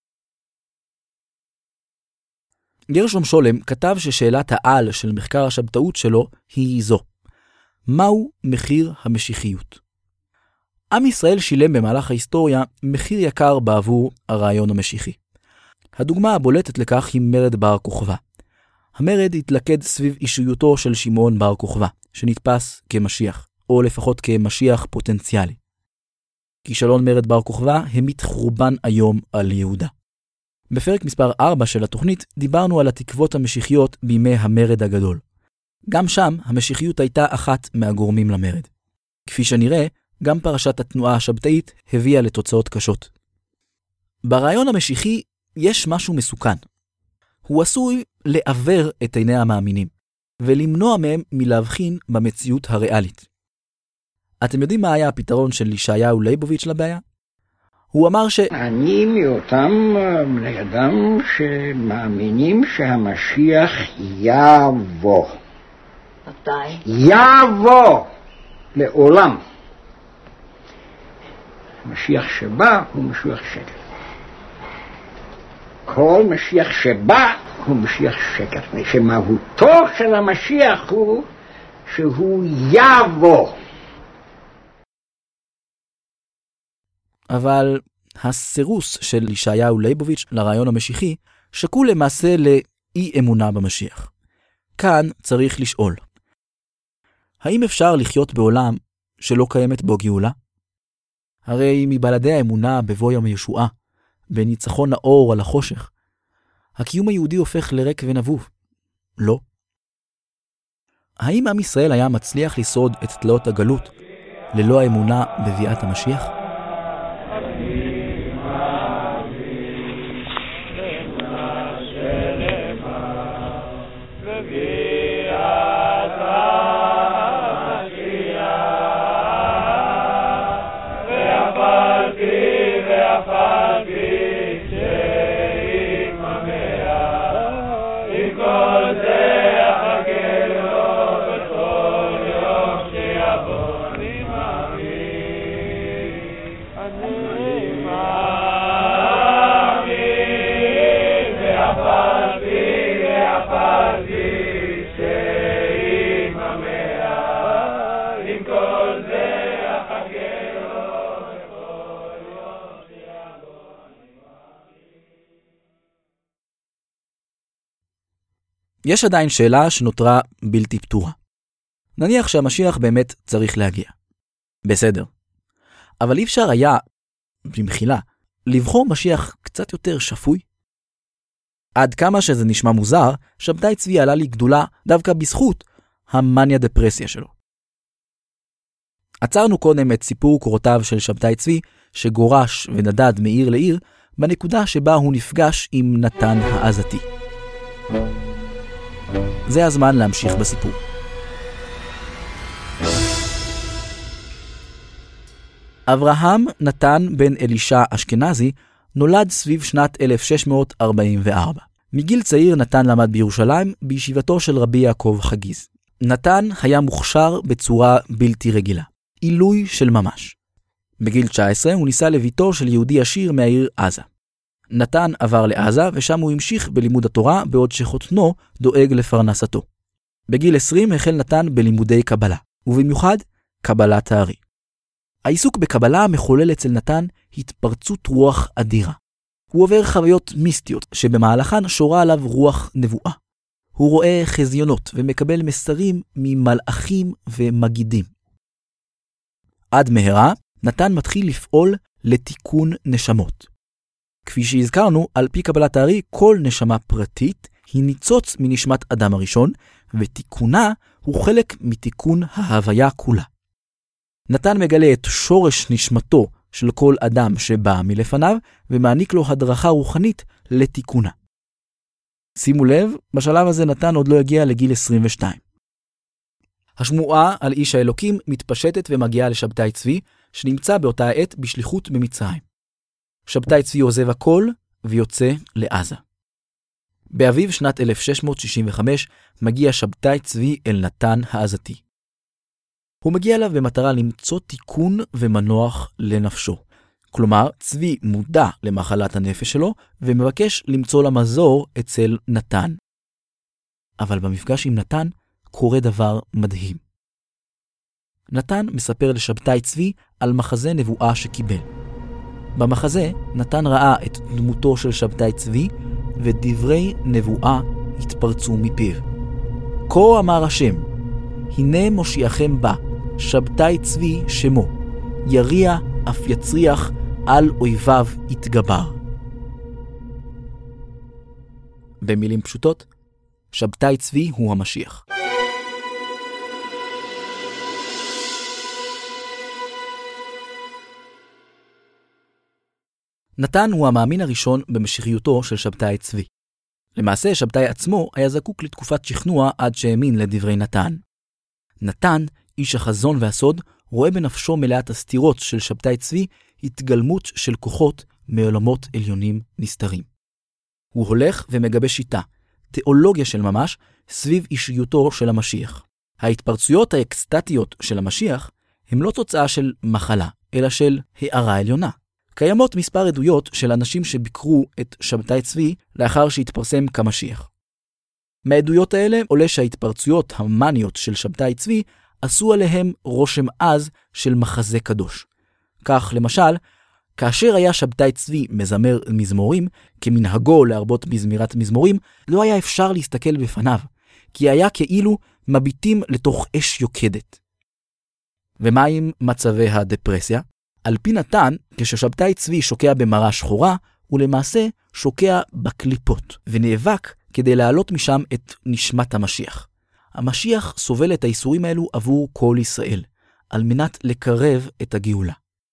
גרשום שולם כתב ששאלת העל של מחקר השבתאות שלו היא זו: מהו מחיר המשיחיות? עם ישראל שילם במהלך ההיסטוריה מחיר יקר בעבור הרעיון המשיחי. הדוגמה הבולטת לכך היא מרד בר כוכבא. המרד התלכד סביב אישיותו של שמעון בר כוכבא, שנתפס כמשיח, או לפחות כמשיח פוטנציאלי. כישלון מרד בר כוכבא המיט חורבן היום על יהודה. בפרק מספר ארבע של התוכנית דיברנו על התקוות המשיחיות בימי המרד הגדול. גם שם המשיחיות הייתה אחת מהגורמים למרד. כפי שנראה, גם פרשת התנועה השבתאית הביאה לתוצאות קשות. ברעיון המשיחי יש משהו מסוכן. הוא עשוי לעוור את עיני המאמינים, ולמנוע מהם מלהבחין במציאות הריאלית. אתם יודעים מה היה הפתרון של ישעיהו ליבוביץ' לבעיה? הוא אמר ש... אני מאותם בני אדם שמאמינים שהמשיח יבוא. מתי? יבוא! לעולם. המשיח שבא הוא משיח שקר. כל משיח שבא הוא משיח שקר. שמהותו של המשיח הוא שהוא יבוא. אבל הסירוס של ישעיהו ליבוביץ' לרעיון המשיחי שקול למעשה לאי אמונה במשיח. כאן צריך לשאול, האם אפשר לחיות בעולם שלא קיימת בו גאולה? הרי מבלעדי האמונה בבוא יום הישועה, בניצחון האור על החושך, הקיום היהודי הופך לריק ונבוב. לא. האם עם ישראל היה מצליח לשרוד את תלאות הגלות ללא האמונה בביאת המשיח? יש עדיין שאלה שנותרה בלתי פתורה. נניח שהמשיח באמת צריך להגיע. בסדר. אבל אי אפשר היה, במחילה, לבחור משיח קצת יותר שפוי? עד כמה שזה נשמע מוזר, שבתאי צבי עלה לי גדולה דווקא בזכות המניה דפרסיה שלו. עצרנו קודם את סיפור קורותיו של שבתאי צבי, שגורש ונדד מעיר לעיר, בנקודה שבה הוא נפגש עם נתן העזתי. זה הזמן להמשיך בסיפור. אברהם נתן בן אלישע אשכנזי נולד סביב שנת אלף שש מאות ארבעים וארבע. מגיל צעיר נתן למד בירושלים בישיבתו של רבי יעקב חגיז. נתן היה מוכשר בצורה בלתי רגילה, עילוי של ממש. בגיל תשע עשרה הוא ניסה לביתו של יהודי עשיר מהעיר עזה. נתן עבר לעזה ושם הוא המשיך בלימוד התורה בעוד שחותנו דואג לפרנסתו. בגיל עשרים החל נתן בלימודי קבלה, ובמיוחד קבלת הארי. העיסוק בקבלה מחולל אצל נתן התפרצות רוח אדירה. הוא עובר חוויות מיסטיות שבמהלכן שורה עליו רוח נבואה. הוא רואה חזיונות ומקבל מסרים ממלאכים ומגידים. עד מהרה נתן מתחיל לפעול לתיקון נשמות. כפי שהזכרנו, על פי קבלת הארי, כל נשמה פרטית היא ניצוץ מנשמת אדם הראשון, ותיקונה הוא חלק מתיקון ההוויה כולה. נתן מגלה את שורש נשמתו של כל אדם שבא מלפניו, ומעניק לו הדרכה רוחנית לתיקונה. שימו לב, בשלב הזה נתן עוד לא הגיע לגיל עשרים ושתיים. השמועה על איש האלוקים מתפשטת ומגיעה לשבתאי צבי, שנמצא באותה עת בשליחות במצרים. שבתאי צבי עוזב הכל ויוצא לעזה. באביב שנת אלף שש מאות שישים וחמש מגיע שבתאי צבי אל נתן העזתי. הוא מגיע אליו במטרה למצוא תיקון ומנוח לנפשו. כלומר, צבי מודע למחלת הנפש שלו ומבקש למצוא לה מזור אצל נתן. אבל במפגש עם נתן קורה דבר מדהים. נתן מספר לשבתאי צבי על מחזה נבואה שקיבל. במחזה נתן ראה את דמותו של שבתאי צבי ודברי נבואה התפרצו מפיו. כה אמר השם, הנה מושיעכם בא, שבתאי צבי שמו, יריע אף יצריח, על אויביו יתגבר. במילים פשוטות, שבתאי צבי הוא המשיח. נתן הוא המאמין הראשון במשיחיותו של שבתאי צבי. למעשה, שבתאי עצמו היה זקוק לתקופת שכנוע עד שהאמין לדברי נתן. נתן, איש החזון והסוד, רואה בנפשו מלאת הסתירות של שבתאי צבי התגלמות של כוחות מעולמות עליונים נסתרים. הוא הולך ומגבש שיטה, תיאולוגיה של ממש, סביב אישיותו של המשיח. ההתפרצויות האקסטטיות של המשיח הם לא תוצאה של מחלה, אלא של הערה עליונה. קיימות מספר עדויות של אנשים שביקרו את שבתאי צבי לאחר שהתפרסם כמשיח. מהעדויות האלה עולה שההתפרצויות המאניות של שבתאי צבי עשו עליהם רושם עז של מחזה קדוש. כך למשל, כאשר היה שבתאי צבי מזמר מזמורים, כמנהגו להרבות בזמירת מזמורים, לא היה אפשר להסתכל בפניו, כי היה כאילו מביטים לתוך אש יוקדת. ומה עם מצבי הדפרסיה? על פי נתן, כששבתאי צבי שוקע במרה שחורה, הוא למעשה שוקע בקליפות, ונאבק כדי להעלות משם את נשמת המשיח. המשיח סובל את האיסורים האלו עבור כל ישראל, על מנת לקרב את הגאולה.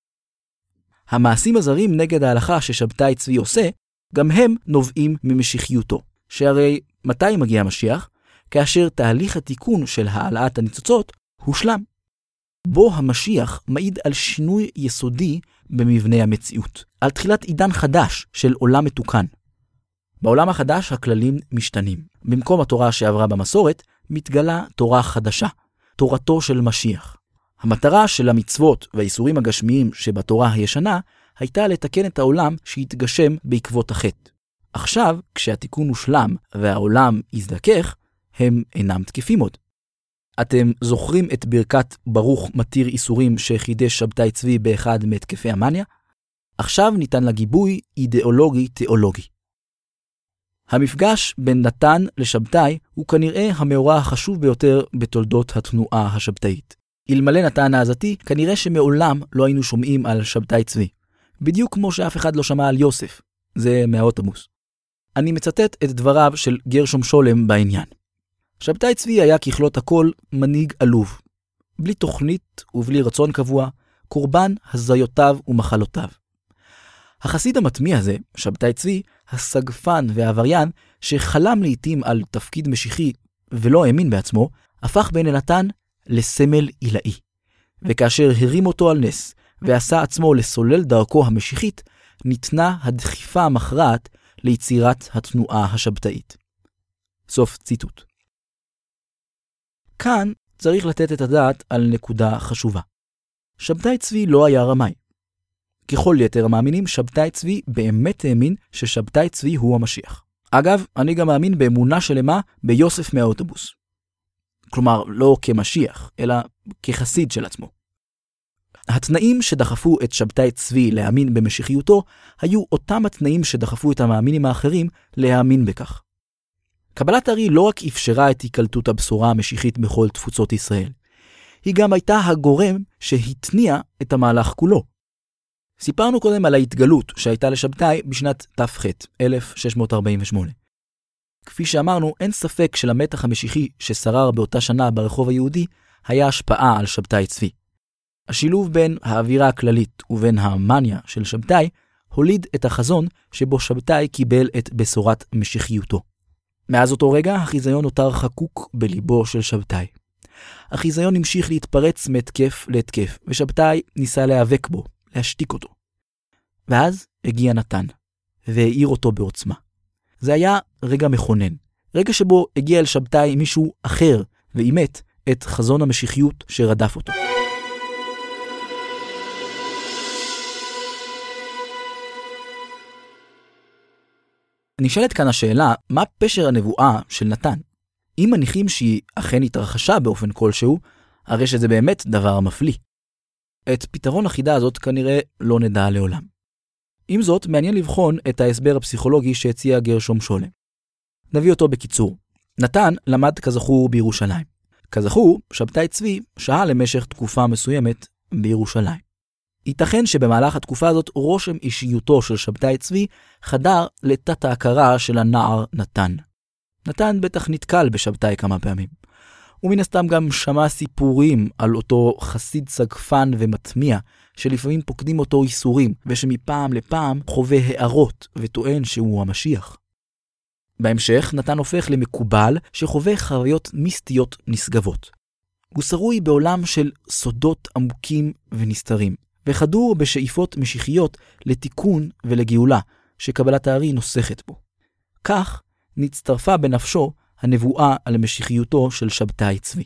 המעשים הזרים נגד ההלכה ששבתאי צבי עושה, גם הם נובעים ממשיחיותו. שהרי מתי מגיע המשיח? כאשר תהליך התיקון של העלאת הניצוצות הושלם. בו המשיח מעיד על שינוי יסודי במבנה המציאות, על תחילת עידן חדש של עולם מתוקן. בעולם החדש הכללים משתנים. במקום התורה שעברה במסורת, מתגלה תורה חדשה, תורתו של משיח. המטרה של המצוות והאיסורים הגשמיים שבתורה הישנה, הייתה לתקן את העולם שהתגשם בעקבות החטא. עכשיו, כשהתיקון הושלם והעולם יזדכך, הם אינם תקפים עוד. אתם זוכרים את ברכת ברוך מתיר איסורים שחידש שבתאי צבי באחד מהתקפי המניה? עכשיו ניתן לגיבוי אידיאולוגי-תיאולוגי. המפגש בין נתן לשבתאי הוא כנראה המאורע החשוב ביותר בתולדות התנועה השבתאית. אלמלא נתן העזתי, כנראה שמעולם לא היינו שומעים על שבתאי צבי. בדיוק כמו שאף אחד לא שמע על יוסף. זה מהאוטובוס. אני מצטט את דבריו של גרשום שולם בעניין. שבתאי צבי היה ככלות הכל מנהיג עלוב. בלי תוכנית ובלי רצון קבוע, קורבן הזיותיו ומחלותיו. החסיד המטמיע הזה, שבתאי צבי, הסגפן והעבריין, שחלם לעתים על תפקיד משיחי ולא האמין בעצמו, הפך בן אלנתן לסמל עילאי. וכאשר הרים אותו על נס ועשה עצמו לסולל דרכו המשיחית, ניתנה הדחיפה המכרעת ליצירת התנועה השבתאית. סוף ציטוט. כאן צריך לתת את הדעת על נקודה חשובה. שבתאי צבי לא היה רמאי. ככל יתר המאמינים, שבתאי צבי באמת האמין ששבתאי צבי הוא המשיח. אגב, אני גם מאמין באמונה שלמה ביוסף מהאוטובוס. כלומר, לא כמשיח, אלא כחסיד של עצמו. התנאים שדחפו את שבתאי צבי להאמין במשיחיותו, היו אותם התנאים שדחפו את המאמינים האחרים להאמין בכך. קבלת הארי לא רק אפשרה את היקלטות הבשורה המשיחית בכל תפוצות ישראל, היא גם הייתה הגורם שהתניע את המהלך כולו. סיפרנו קודם על ההתגלות שהייתה לשבתאי בשנת ת"ח, אלף שש מאות ארבעים ושמונה. כפי שאמרנו, אין ספק שלמתח המשיחי ששרר באותה שנה ברחוב היהודי היה השפעה על שבתאי צבי. השילוב בין האווירה הכללית ובין המניה של שבתאי הוליד את החזון שבו שבתאי קיבל את בשורת משיחיותו. מאז אותו רגע החיזיון נותר חקוק בליבו של שבתאי. החיזיון המשיך להתפרץ מהתקף להתקף, ושבתאי ניסה להיאבק בו, להשתיק אותו. ואז הגיע נתן, והאיר אותו בעוצמה. זה היה רגע מכונן, רגע שבו הגיע אל שבתאי מישהו אחר, ואימת את חזון המשיחיות שרדף אותו. נשאלת כאן השאלה, מה פשר הנבואה של נתן? אם מניחים שהיא אכן התרחשה באופן כלשהו, הרי שזה באמת דבר מפליא. את פתרון החידה הזאת כנראה לא נדע לעולם. עם זאת, מעניין לבחון את ההסבר הפסיכולוגי שהציע גרשום שולם. נביא אותו בקיצור. נתן למד כזכור בירושלים. כזכור, שבתאי צבי שהה למשך תקופה מסוימת בירושלים. ייתכן שבמהלך התקופה הזאת רושם אישיותו של שבתאי צבי חדר לתת ההכרה של הנער נתן. נתן בטח נתקל בשבתאי כמה פעמים. ומן הסתם גם שמע סיפורים על אותו חסיד סגפן ומטמיע, שלפעמים פוקדים אותו איסורים, ושמפעם לפעם חווה הערות וטוען שהוא המשיח. בהמשך נתן הופך למקובל שחווה חוויות מיסטיות נשגבות. הוא שרוי בעולם של סודות עמוקים ונסתרים, וחדור בשאיפות משיחיות לתיקון ולגאולה שקבלת הארי נוסחת בו. כך נצטרפה בנפשו הנבואה על משיחיותו של שבתאי צבי.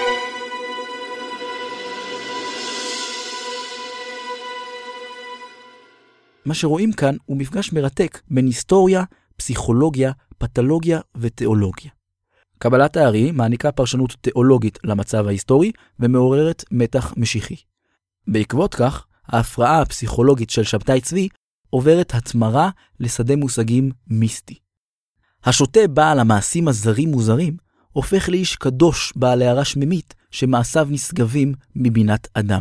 מה שרואים כאן הוא מפגש מרתק בין היסטוריה, פסיכולוגיה, פתולוגיה ותיאולוגיה. קבלת הארי מעניקה פרשנות תיאולוגית למצב ההיסטורי ומעוררת מתח משיחי. בעקבות כך, ההפרעה הפסיכולוגית של שבתאי צבי עוברת התמרה לשדה מושגים מיסטי. השוטה בעל המעשים הזרים מוזרים הופך לאיש קדוש בעל הערה שממית שמעשיו נשגבים מבינת אדם.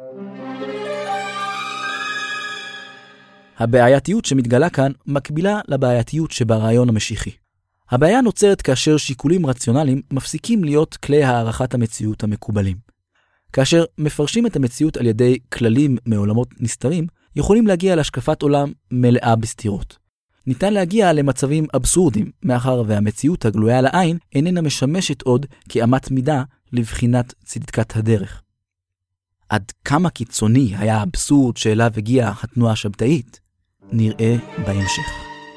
הבעייתיות שמתגלה כאן מקבילה לבעייתיות שברעיון המשיחי. הבעיה נוצרת כאשר שיקולים רציונליים מפסיקים להיות כלי הערכת המציאות המקובלים. כאשר מפרשים את המציאות על ידי כללים מעולמות נסתרים, יכולים להגיע להשקפת עולם מלאה בסתירות. ניתן להגיע למצבים אבסורדים, מאחר והמציאות הגלויה לעין איננה משמשת עוד כאמת מידה לבחינת צדקת הדרך. עד כמה קיצוני היה האבסורד שאליו הגיעה התנועה השבתאית, נראה בהמשך.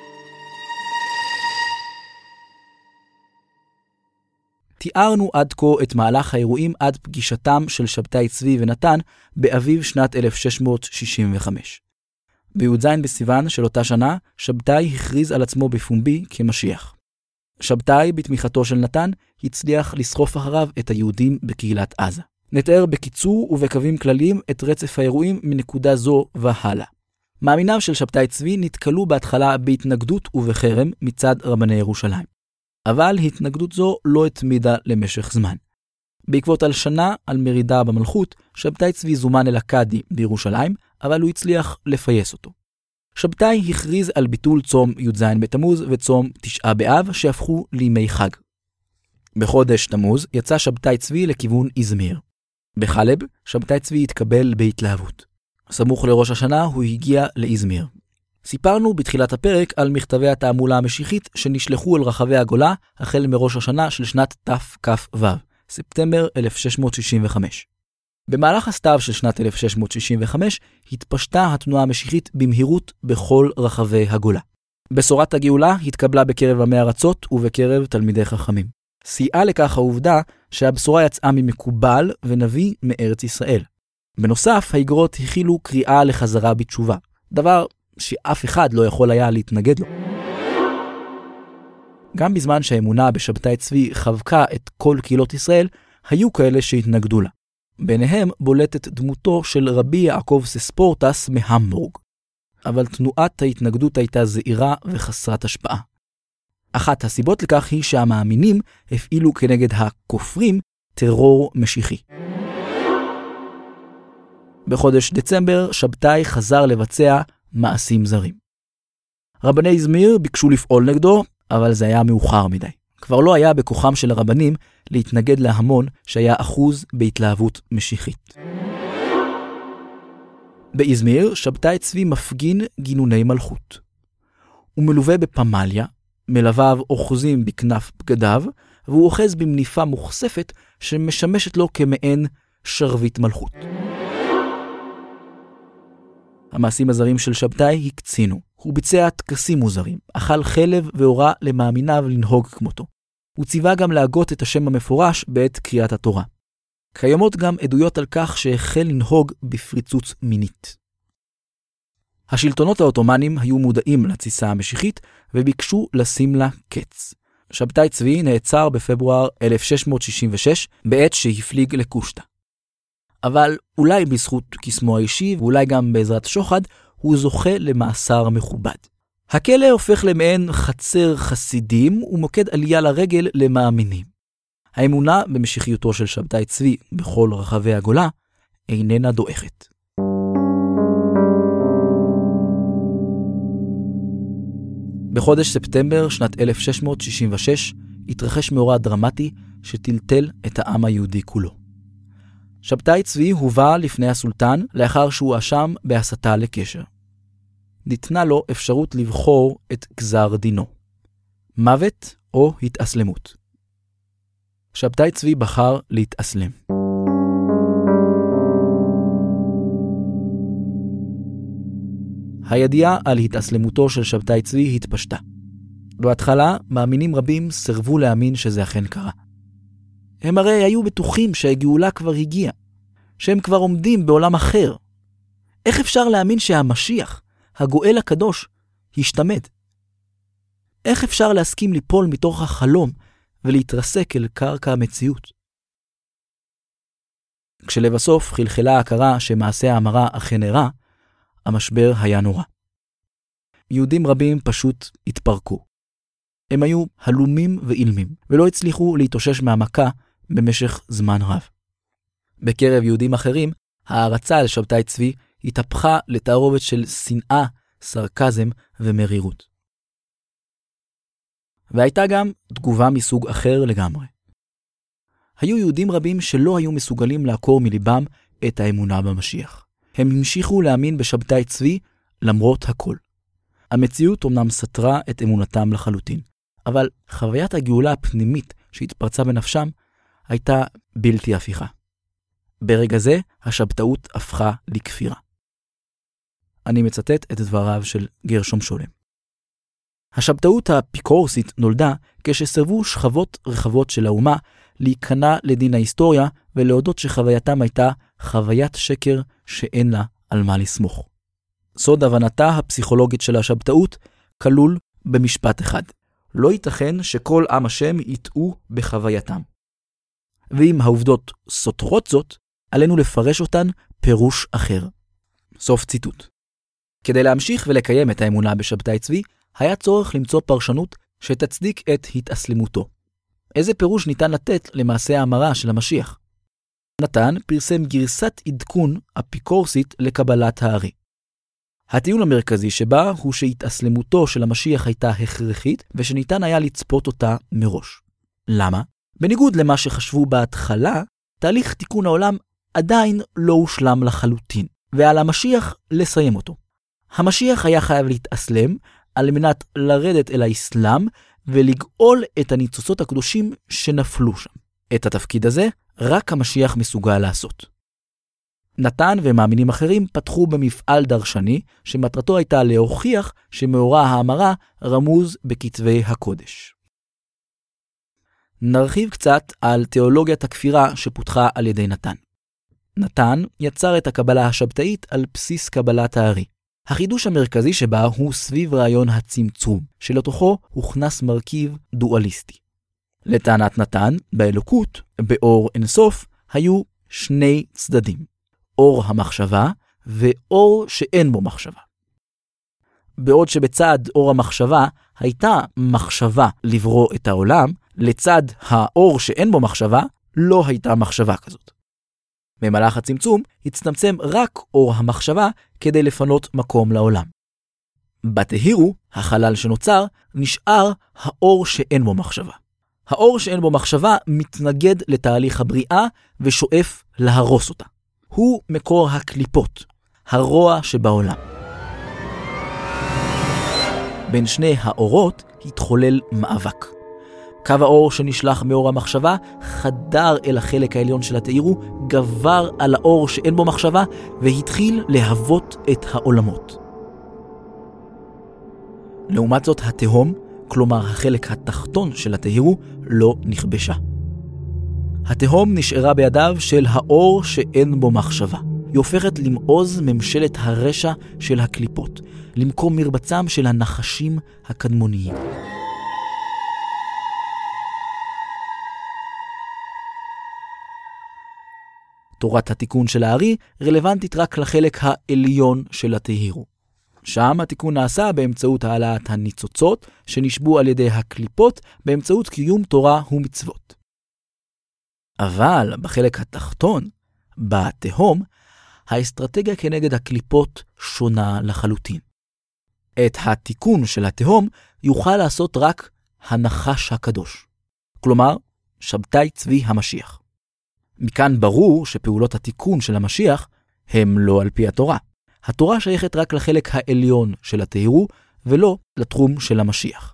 תיארנו עד כה את מהלך האירועים עד פגישתם של שבתאי צבי ונתן באביב שנת אלף שש מאות שישים וחמש. בי"ז בסיוון של אותה שנה, שבתאי הכריז על עצמו בפומבי כמשיח. שבתאי, בתמיכתו של נתן, הצליח לסחוף אחריו את היהודים בקהילת עזה. נתאר בקיצור ובקווים כלליים את רצף האירועים מנקודה זו והלאה. מאמיניו של שבתאי צבי נתקלו בהתחלה בהתנגדות ובחרם מצד רבני ירושלים. אבל התנגדות זו לא התמידה למשך זמן. בעקבות הלשנה על מרידה במלכות, שבתאי צבי זומן אל הקאדי בירושלים, אבל הוא הצליח לפייס אותו. שבתאי הכריז על ביטול צום י"ז בתמוז וצום תשעה באב שהפכו לימי חג. בחודש תמוז יצא שבתאי צבי לכיוון איזמיר. בחלב, שבתאי צבי התקבל בהתלהבות. סמוך לראש השנה הוא הגיע לאיזמיר. סיפרנו בתחילת הפרק על מכתבי התעמולה המשיחית שנשלחו אל רחבי הגולה החל מראש השנה של שנת תק"ו, ספטמבר אלף שש מאות שישים וחמש. במהלך הסתיו של שנת אלף שש מאות שישים וחמש התפשטה התנועה המשיחית במהירות בכל רחבי הגולה. בשורת הגאולה התקבלה בקרב עמי ארצות ובקרב תלמידי חכמים. סייעה לכך העובדה שהבשורה יצאה ממקובל ונביא מארץ ישראל. בנוסף, האיגרות הכילו קריאה לחזרה בתשובה, דבר שאף אחד לא יכול היה להתנגד לו. גם בזמן שהאמונה בשבתאי צבי חבקה את כל קהילות ישראל, היו כאלה שהתנגדו לה. ביניהם בולטת דמותו של רבי יעקב סספורטס מהמבורג. אבל תנועת ההתנגדות הייתה זהירה וחסרת השפעה. אחת הסיבות לכך היא שהמאמינים הפעילו כנגד הכופרים טרור משיחי. בחודש דצמבר שבתאי חזר לבצע מעשים זרים. רבני איזמיר ביקשו לפעול נגדו, אבל זה היה מאוחר מדי. כבר לא היה בכוחם של הרבנים להתנגד להמון שהיה אחוז בהתלהבות משיחית. באיזמיר שבתאי צבי מפגין גינוני מלכות. הוא מלווה בפמליה, מלוויו אוחזים בכנף בגדיו, והוא אוחז במניפה מוכספת שמשמשת לו כמעין שרביט מלכות. המעשים הזרים של שבתאי הקצינו. הוא ביצע טקסים מוזרים, אכל חלב והורה למאמיניו לנהוג כמותו. הוא ציווה גם להגות את השם המפורש בעת קריאת התורה. קיימות גם עדויות על כך שהחל לנהוג בפריצות מינית. השלטונות העות'מאנים היו מודעים לתסיסה המשיחית וביקשו לשים לה קץ. שבתאי צבי נעצר בפברואר אלף שש מאות שישים ושש בעת שהפליג לקושטא. אבל אולי בזכות קסמו האישי ואולי גם בעזרת שוחד, הוא זוכה למאסר מכובד. הכלא הופך למעין חצר חסידים ומוקד עלייה לרגל למאמינים. האמונה במשיחיותו של שבתאי צבי בכל רחבי הגולה איננה דועכת. בחודש ספטמבר שנת אלף שש מאות שישים ושש התרחש מאורע דרמטי שטלטל את העם היהודי כולו. שבתאי צבי הובא לפני הסולטן לאחר שהוא אשם בהסתה לקשר. ניתנה לו אפשרות לבחור את גזר דינו, מוות או התאסלמות. שבתאי צבי בחר להתאסלם. הידיעה על התאסלמותו של שבתאי צבי התפשטה. בהתחלה מאמינים רבים סרבו להאמין שזה אכן קרה. הם הרי היו בטוחים שהגאולה כבר הגיעה, שהם כבר עומדים בעולם אחר. איך אפשר להאמין שהמשיח, הגואל הקדוש, השתמד? איך אפשר להסכים ליפול מתוך החלום ולהתרסק אל קרקע המציאות? כשלבסוף חלחלה ההכרה שמעשה ההמרה אכן אירע, המשבר היה נורא. יהודים רבים פשוט התפרקו. הם היו הלומים ואילמים, ולא הצליחו להתאושש מהמכה במשך זמן רב. בקרב יהודים אחרים, הערצה על שבתאי צבי התהפכה לתערובת של שנאה, סרקזם ומרירות. והייתה גם תגובה מסוג אחר לגמרי. היו יהודים רבים שלא היו מסוגלים לעקור מליבם את האמונה במשיח. הם המשיכו להאמין בשבתאי צבי למרות הכל. המציאות אומנם סתרה את אמונתם לחלוטין, אבל חוויית הגאולה הפנימית שהתפרצה בנפשם הייתה בלתי הפיכה. ברגע זה השבתאות הפכה לכפירה. אני מצטט את דבריו של גרשום שולם. השבתאות האפיקורסית נולדה כשסרבו שכבות רחבות של האומה להיכנע לדין ההיסטוריה ולהודות שחווייתם הייתה חוויית שקר שאין לה על מה לסמוך. סוד הבנתה הפסיכולוגית של השבתאות כלול במשפט אחד. לא ייתכן שכל עם השם יטעו בחווייתם. ואם העובדות סותרות זאת, עלינו לפרש אותן פירוש אחר. סוף ציטוט. כדי להמשיך ולקיים את האמונה בשבתאי צבי, היה צורך למצוא פרשנות שתצדיק את התאסלמותו. איזה פירוש ניתן לתת למעשה ההמרה של המשיח? נתן פרסם גרסת עדכון אפיקורסית לקבלת הארי. הטיעון המרכזי שבה הוא שהתאסלמותו של המשיח הייתה הכרחית ושניתן היה לצפות אותה מראש. למה? בניגוד למה שחשבו בהתחלה, תהליך תיקון העולם עדיין לא הושלם לחלוטין, ועל המשיח לסיים אותו. המשיח היה חייב להתאסלם על מנת לרדת אל האסלאם ולגאול את הניצוצות הקדושים שנפלו שם. את התפקיד הזה רק המשיח מסוגל לעשות. נתן ומאמינים אחרים פתחו במפעל דרשני שמטרתו הייתה להוכיח שמאורע ההמרה רמוז בכתבי הקודש. נרחיב קצת על תיאולוגיית הכפירה שפותחה על ידי נתן. נתן יצר את הקבלה השבתאית על בסיס קבלת הארי. החידוש המרכזי שבה הוא סביב רעיון הצמצום, שלתוכו הוכנס מרכיב דואליסטי. לטענת נתן, באלוקות, באור אינסוף, היו שני צדדים, אור המחשבה ואור שאין בו מחשבה. בעוד שבצד אור המחשבה הייתה מחשבה לברוא את העולם, לצד האור שאין בו מחשבה לא הייתה מחשבה כזאת. במהלך הצמצום הצטמצם רק אור המחשבה כדי לפנות מקום לעולם. בתהירו, החלל שנוצר, נשאר האור שאין בו מחשבה. האור שאין בו מחשבה מתנגד לתהליך הבריאה ושואף להרוס אותה. הוא מקור הקליפות, הרוע שבעולם. בין שני האורות התחולל מאבק. קו האור שנשלח מאור המחשבה חדר אל החלק העליון של התאירו, גבר על האור שאין בו מחשבה והתחיל להוות את העולמות. לעומת זאת התהום, כלומר החלק התחתון של התאירו, לא נכבשה. התהום נשארה בידיו של האור שאין בו מחשבה. היא הופכת למעוז ממשלת הרשע של הקליפות, למקום מרבצם של הנחשים הקדמוניים. תורת התיקון של הארי רלוונטית רק לחלק העליון של התהירו. שם התיקון נעשה באמצעות העלאת הניצוצות שנשבו על ידי הקליפות באמצעות קיום תורה ומצוות. אבל בחלק התחתון, בתהום, האסטרטגיה כנגד הקליפות שונה לחלוטין. את התיקון של התהום יוכל לעשות רק הנחש הקדוש, כלומר שבתאי צבי המשיח. מכאן ברור שפעולות התיקון של המשיח הם לא על פי התורה. התורה שייכת רק לחלק העליון של התהירו ולא לתחום של המשיח.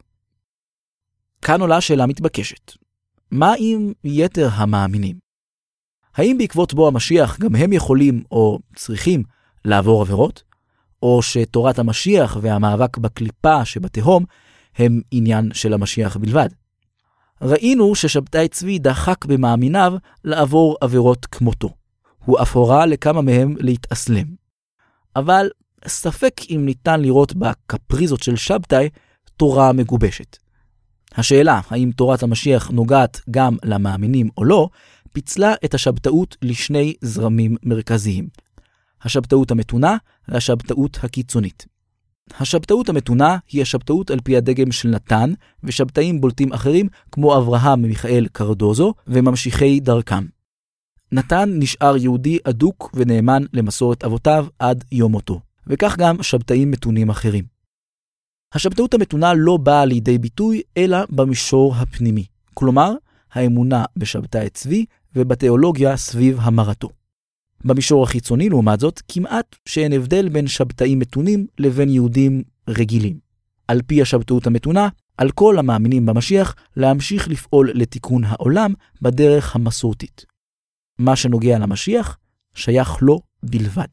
כאן עולה שאלה מתבקשת. מה עם יתר המאמינים? האם בעקבות בו המשיח גם הם יכולים או צריכים לעבור עבירות? או שתורת המשיח והמאבק בקליפה שבתהום הם עניין של המשיח בלבד? ראינו ששבתאי צבי דחק במאמיניו לעבור עבירות כמותו. הוא אף הורה לכמה מהם להתאסלם. אבל ספק אם ניתן לראות בקפריזות של שבתאי תורה מגובשת. השאלה, האם תורת המשיח נוגעת גם למאמינים או לא, פיצלה את השבתאות לשני זרמים מרכזיים. השבתאות המתונה והשבתאות הקיצונית. השבתאות המתונה היא השבתאות על פי הדגם של נתן ושבתאים בולטים אחרים כמו אברהם ומיכאל קרדוזו וממשיכי דרכם. נתן נשאר יהודי אדוק ונאמן למסורת אבותיו עד יום מותו, וכך גם שבתאים מתונים אחרים. השבתאות המתונה לא באה לידי ביטוי אלא במישור הפנימי, כלומר האמונה בשבתאי צבי ובתיאולוגיה סביב המרתו. במישור החיצוני לעומת זאת כמעט שאין הבדל בין שבתאים מתונים לבין יהודים רגילים. על פי השבתאות המתונה, על כל המאמינים במשיח להמשיך לפעול לתיקון העולם בדרך המסורתית. מה שנוגע למשיח שייך לו בלבד.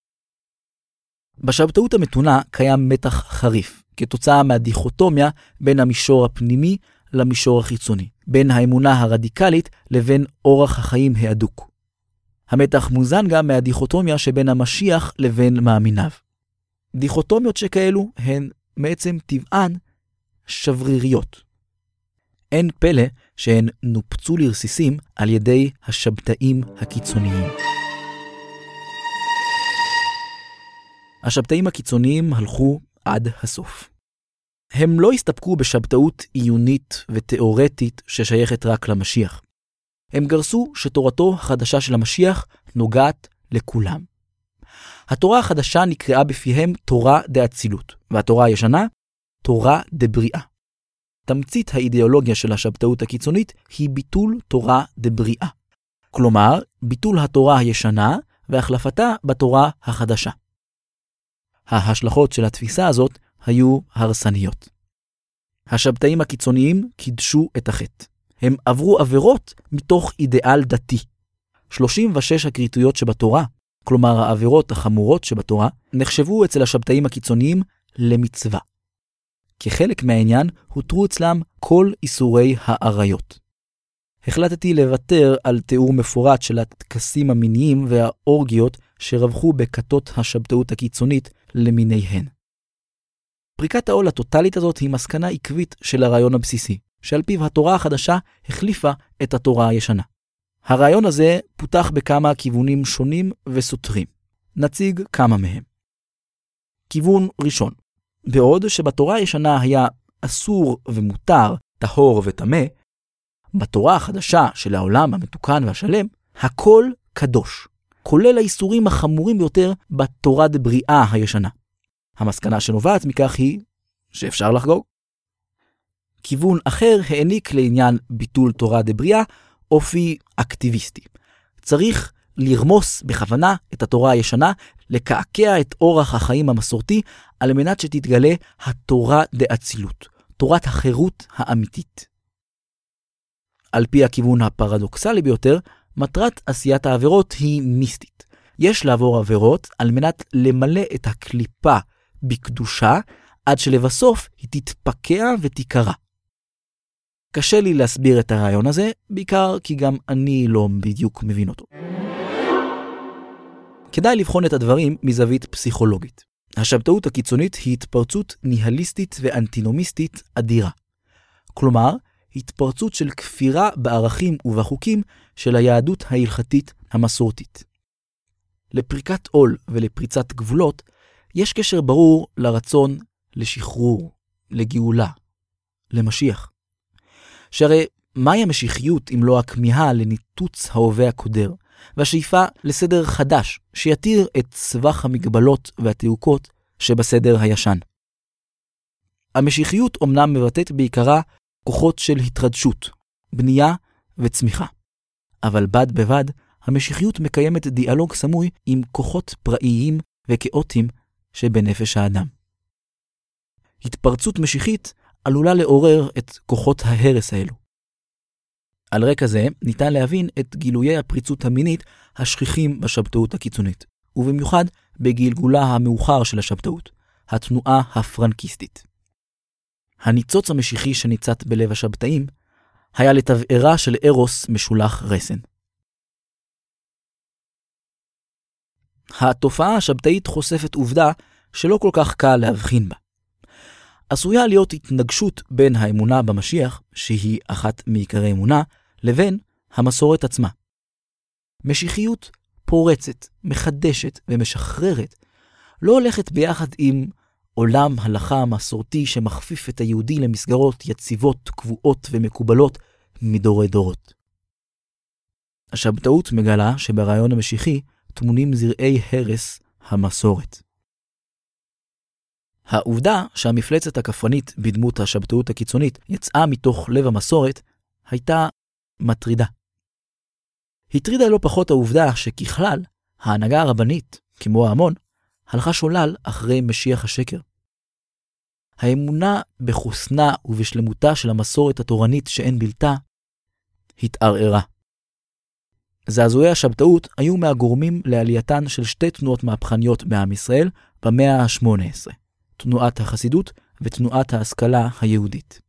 בשבתאות המתונה קיים מתח חריף, כתוצאה מהדיכוטומיה בין המישור הפנימי למישור החיצוני, בין האמונה הרדיקלית לבין אורח החיים ההדוק. המתח מוזן גם מהדיכוטומיה שבין המשיח לבין מאמיניו. דיכוטומיות שכאלו הן מעצם טבען שבריריות. אין פלא שהן נופצו לרסיסים על ידי השבתאים הקיצוניים. השבתאים הקיצוניים הלכו עד הסוף. הם לא הסתפקו בשבתאות עיונית ותיאורטית ששייכת רק למשיח. הם גרסו שתורתו החדשה של המשיח נוגעת לכולם. התורה החדשה נקראה בפיהם תורה דאצילות, והתורה הישנה, תורה דבריאה. תמצית האידיאולוגיה של השבתאות הקיצונית היא ביטול תורה דבריאה. כלומר, ביטול התורה הישנה והחלפתה בתורה החדשה. ההשלכות של התפיסה הזאת היו הרסניות. השבתאים הקיצוניים קידשו את החטא. הם עברו עבירות מתוך אידיאל דתי. שלושים ושש הקריטויות שבתורה, כלומר העבירות החמורות שבתורה, נחשבו אצל השבתאים הקיצוניים למצווה. כחלק מהעניין הותרו אצלם כל איסורי העריות. החלטתי לוותר על תיאור מפורט של הטקסים המיניים והאורגיות שרווחו בכתות השבתאות הקיצונית למיניהן. פריקת העול הטוטלית הזאת היא מסקנה עקבית של הרעיון הבסיסי, שעל פיו התורה החדשה החליפה את התורה הישנה. הרעיון הזה פותח בכמה כיוונים שונים וסותרים. נציג כמה מהם. כיוון ראשון. בעוד שבתורה הישנה היה אסור ומותר, טהור וטמא, בתורה החדשה של העולם המתוקן והשלם, הכל קדוש, כולל האיסורים החמורים ביותר בתורה דבריאה הישנה. המסקנה שנובעת מכך היא שאפשר לחגוג. כיוון אחר העניק לעניין ביטול תורה דבריאה אופי אקטיביסטי. צריך לרמוס בכוונה את התורה הישנה, לקעקע את אורח החיים המסורתי, על מנת שתתגלה התורה דאצילות, תורת החירות האמיתית. על פי הכיוון הפרדוקסלי ביותר, מטרת עשיית העבירות היא מיסטית. יש לעבור עבירות על מנת למלא את הקליפה בקדושה, עד שלבסוף היא תתפקע ותיקרא. קשה לי להסביר את הרעיון הזה, בעיקר כי גם אני לא בדיוק מבין אותו. כדאי לבחון את הדברים מזווית פסיכולוגית. השבתאות הקיצונית היא התפרצות ניהליסטית ואנטינומיסטית אדירה. כלומר, התפרצות של כפירה בערכים ובחוקים של היהדות ההלכתית המסורתית. לפריקת עול ולפריצת גבולות יש קשר ברור לרצון לשחרור, לגאולה, למשיח. שהרי מהי המשיחיות אם לא הכמיהה לניתוץ ההווה הקודר, והשאיפה לסדר חדש שיתיר את סבך המגבלות והתיעוקות שבסדר הישן. המשיחיות אומנם מבטאת בעיקרה כוחות של התחדשות, בנייה וצמיחה. אבל בד בבד, המשיחיות מקיימת דיאלוג סמוי עם כוחות פראיים וכאוטיים שבנפש האדם. התפרצות משיחית עלולה לעורר את כוחות ההרס האלו. על רקע זה ניתן להבין את גילויי הפריצות המינית השכיחים בשבתאות הקיצונית, ובמיוחד בגלגולה המאוחר של השבתאות, התנועה הפרנקיסטית. הניצוץ המשיחי שניצת בלב השבתאים היה לתבערה של ארוס משולח רסן. התופעה השבתאית חושפת עובדה שלא כל כך קל להבחין בה. עשויה להיות התנגשות בין האמונה במשיח, שהיא אחת מעיקרי אמונה, לבין המסורת עצמה. משיחיות פורצת, מחדשת ומשחררת לא הולכת ביחד עם עולם הלכה מסורתי שמכפיף את היהודי למסגרות יציבות, קבועות ומקובלות מדורי דורות. השבתאות מגלה שברעיון המשיחי תמונים זרעי הרס המסורת. העובדה שהמפלצת הכפרנית בדמות השבתאות הקיצונית יצאה מתוך לב המסורת הייתה מטרידה. הטרידה לא פחות העובדה שככלל ההנהגה הרבנית, כמו ההמון, הלכה שולל אחרי משיח השקר. האמונה בחוסנה ובשלמותה של המסורת התורנית שאין בלתה התערערה. זעזועי השבתאות היו מהגורמים לעלייתן של שתי תנועות מהפכניות בעם ישראל במאה ה-שמונה עשרה, תנועת החסידות ותנועת ההשכלה היהודית.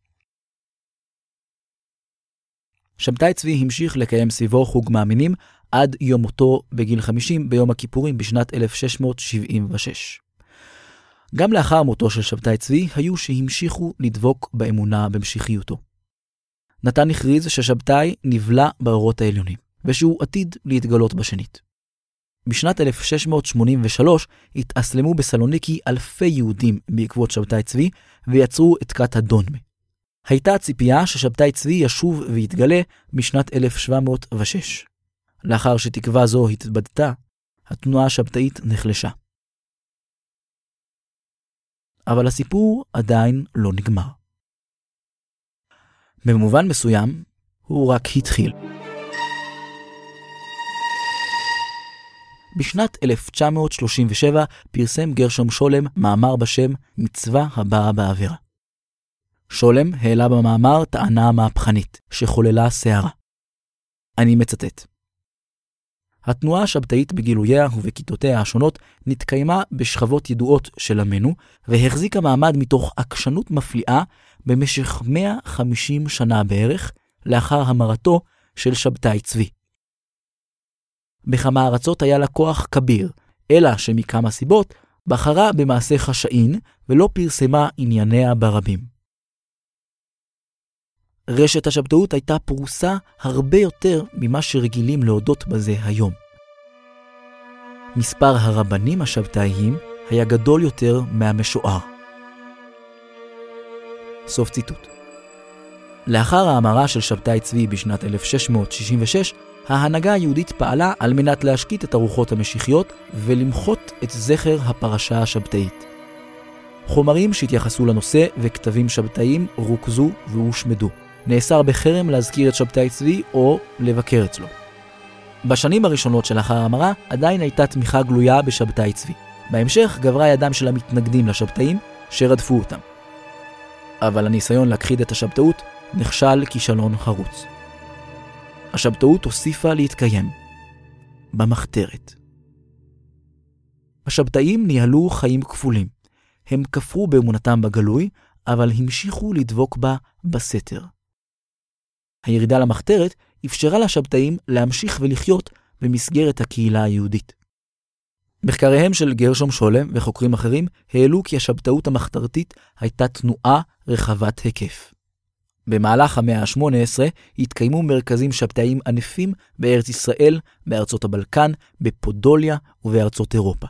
שבתאי צבי המשיך לקיים סביבו חוג מאמינים עד יום מותו בגיל חמישים ביום הכיפורים בשנת אלף שש מאות שבעים ושש. גם לאחר מותו של שבתאי צבי היו שהמשיכו לדבוק באמונה במשיחיותו. נתן הכריז ששבתאי נבלע באורות העליונים, ושהוא עתיד להתגלות בשנית. בשנת אלף שש מאות שמונים ושלוש התאסלמו בסלוניקי אלפי יהודים בעקבות שבתאי צבי ויצרו את כת הדונמה. הייתה ציפייה ששבתאי צבי ישוב ויתגלה משנת אלף שבע מאות ושש. לאחר שתקווה זו התבדתה, התנועה השבתאית נחלשה. אבל הסיפור עדיין לא נגמר. במובן מסוים, הוא רק התחיל. בשנת אלף תשע מאות שלושים ושבע פרסם גרשום שולם מאמר בשם מצווה הבאה בעבירה. שולם העלה במאמר טענה מהפכנית שחוללה סערה. אני מצטט. התנועה השבתאית בגילוייה ובכיתותיה השונות נתקיימה בשכבות ידועות של עמנו, והחזיקה מעמד מתוך עקשנות מפליאה במשך מאה וחמישים שנה בערך, לאחר המרתו של שבתאי צבי. בכמה ארצות היה לה כוח כביר, אלא שמכמה סיבות בחרה במעשה חשאין ולא פרסמה ענייניה ברבים. רשת השבתאות הייתה פרוסה הרבה יותר ממה שרגילים להודות בזה היום. מספר הרבנים השבתאיים היה גדול יותר מהמשוער. סוף ציטוט. לאחר האמרה של שבתאי צבי בשנת אלף שש מאות שישים ושש, ההנהגה היהודית פעלה על מנת להשקיט את הרוחות המשיחיות ולמחות את זכר הפרשה השבתאית. חומרים שהתייחסו לנושא וכתבים שבתאיים רוכזו והושמדו. נאסר בחרם להזכיר את שבתאי צבי או לבקר אצלו. בשנים הראשונות של אחר האמרה עדיין הייתה תמיכה גלויה בשבתאי צבי. בהמשך גברה ידם של המתנגדים לשבתאים שרדפו אותם. אבל הניסיון להכחיד את השבתאות נכשל כישלון חרוץ. השבתאות הוסיפה להתקיים במחתרת. השבתאים ניהלו חיים כפולים. הם כפרו באמונתם בגלוי, אבל המשיכו לדבוק בה בסתר. הירידה למחתרת אפשרה לשבתאים להמשיך ולחיות במסגרת הקהילה היהודית. מחקריהם של גרשום שולם וחוקרים אחרים העלו כי השבתאות המחתרתית הייתה תנועה רחבת היקף. במהלך המאה ה-שמונה עשרה התקיימו מרכזים שבתאיים ענפים בארץ ישראל, בארצות הבלקן, בפודוליה ובארצות אירופה.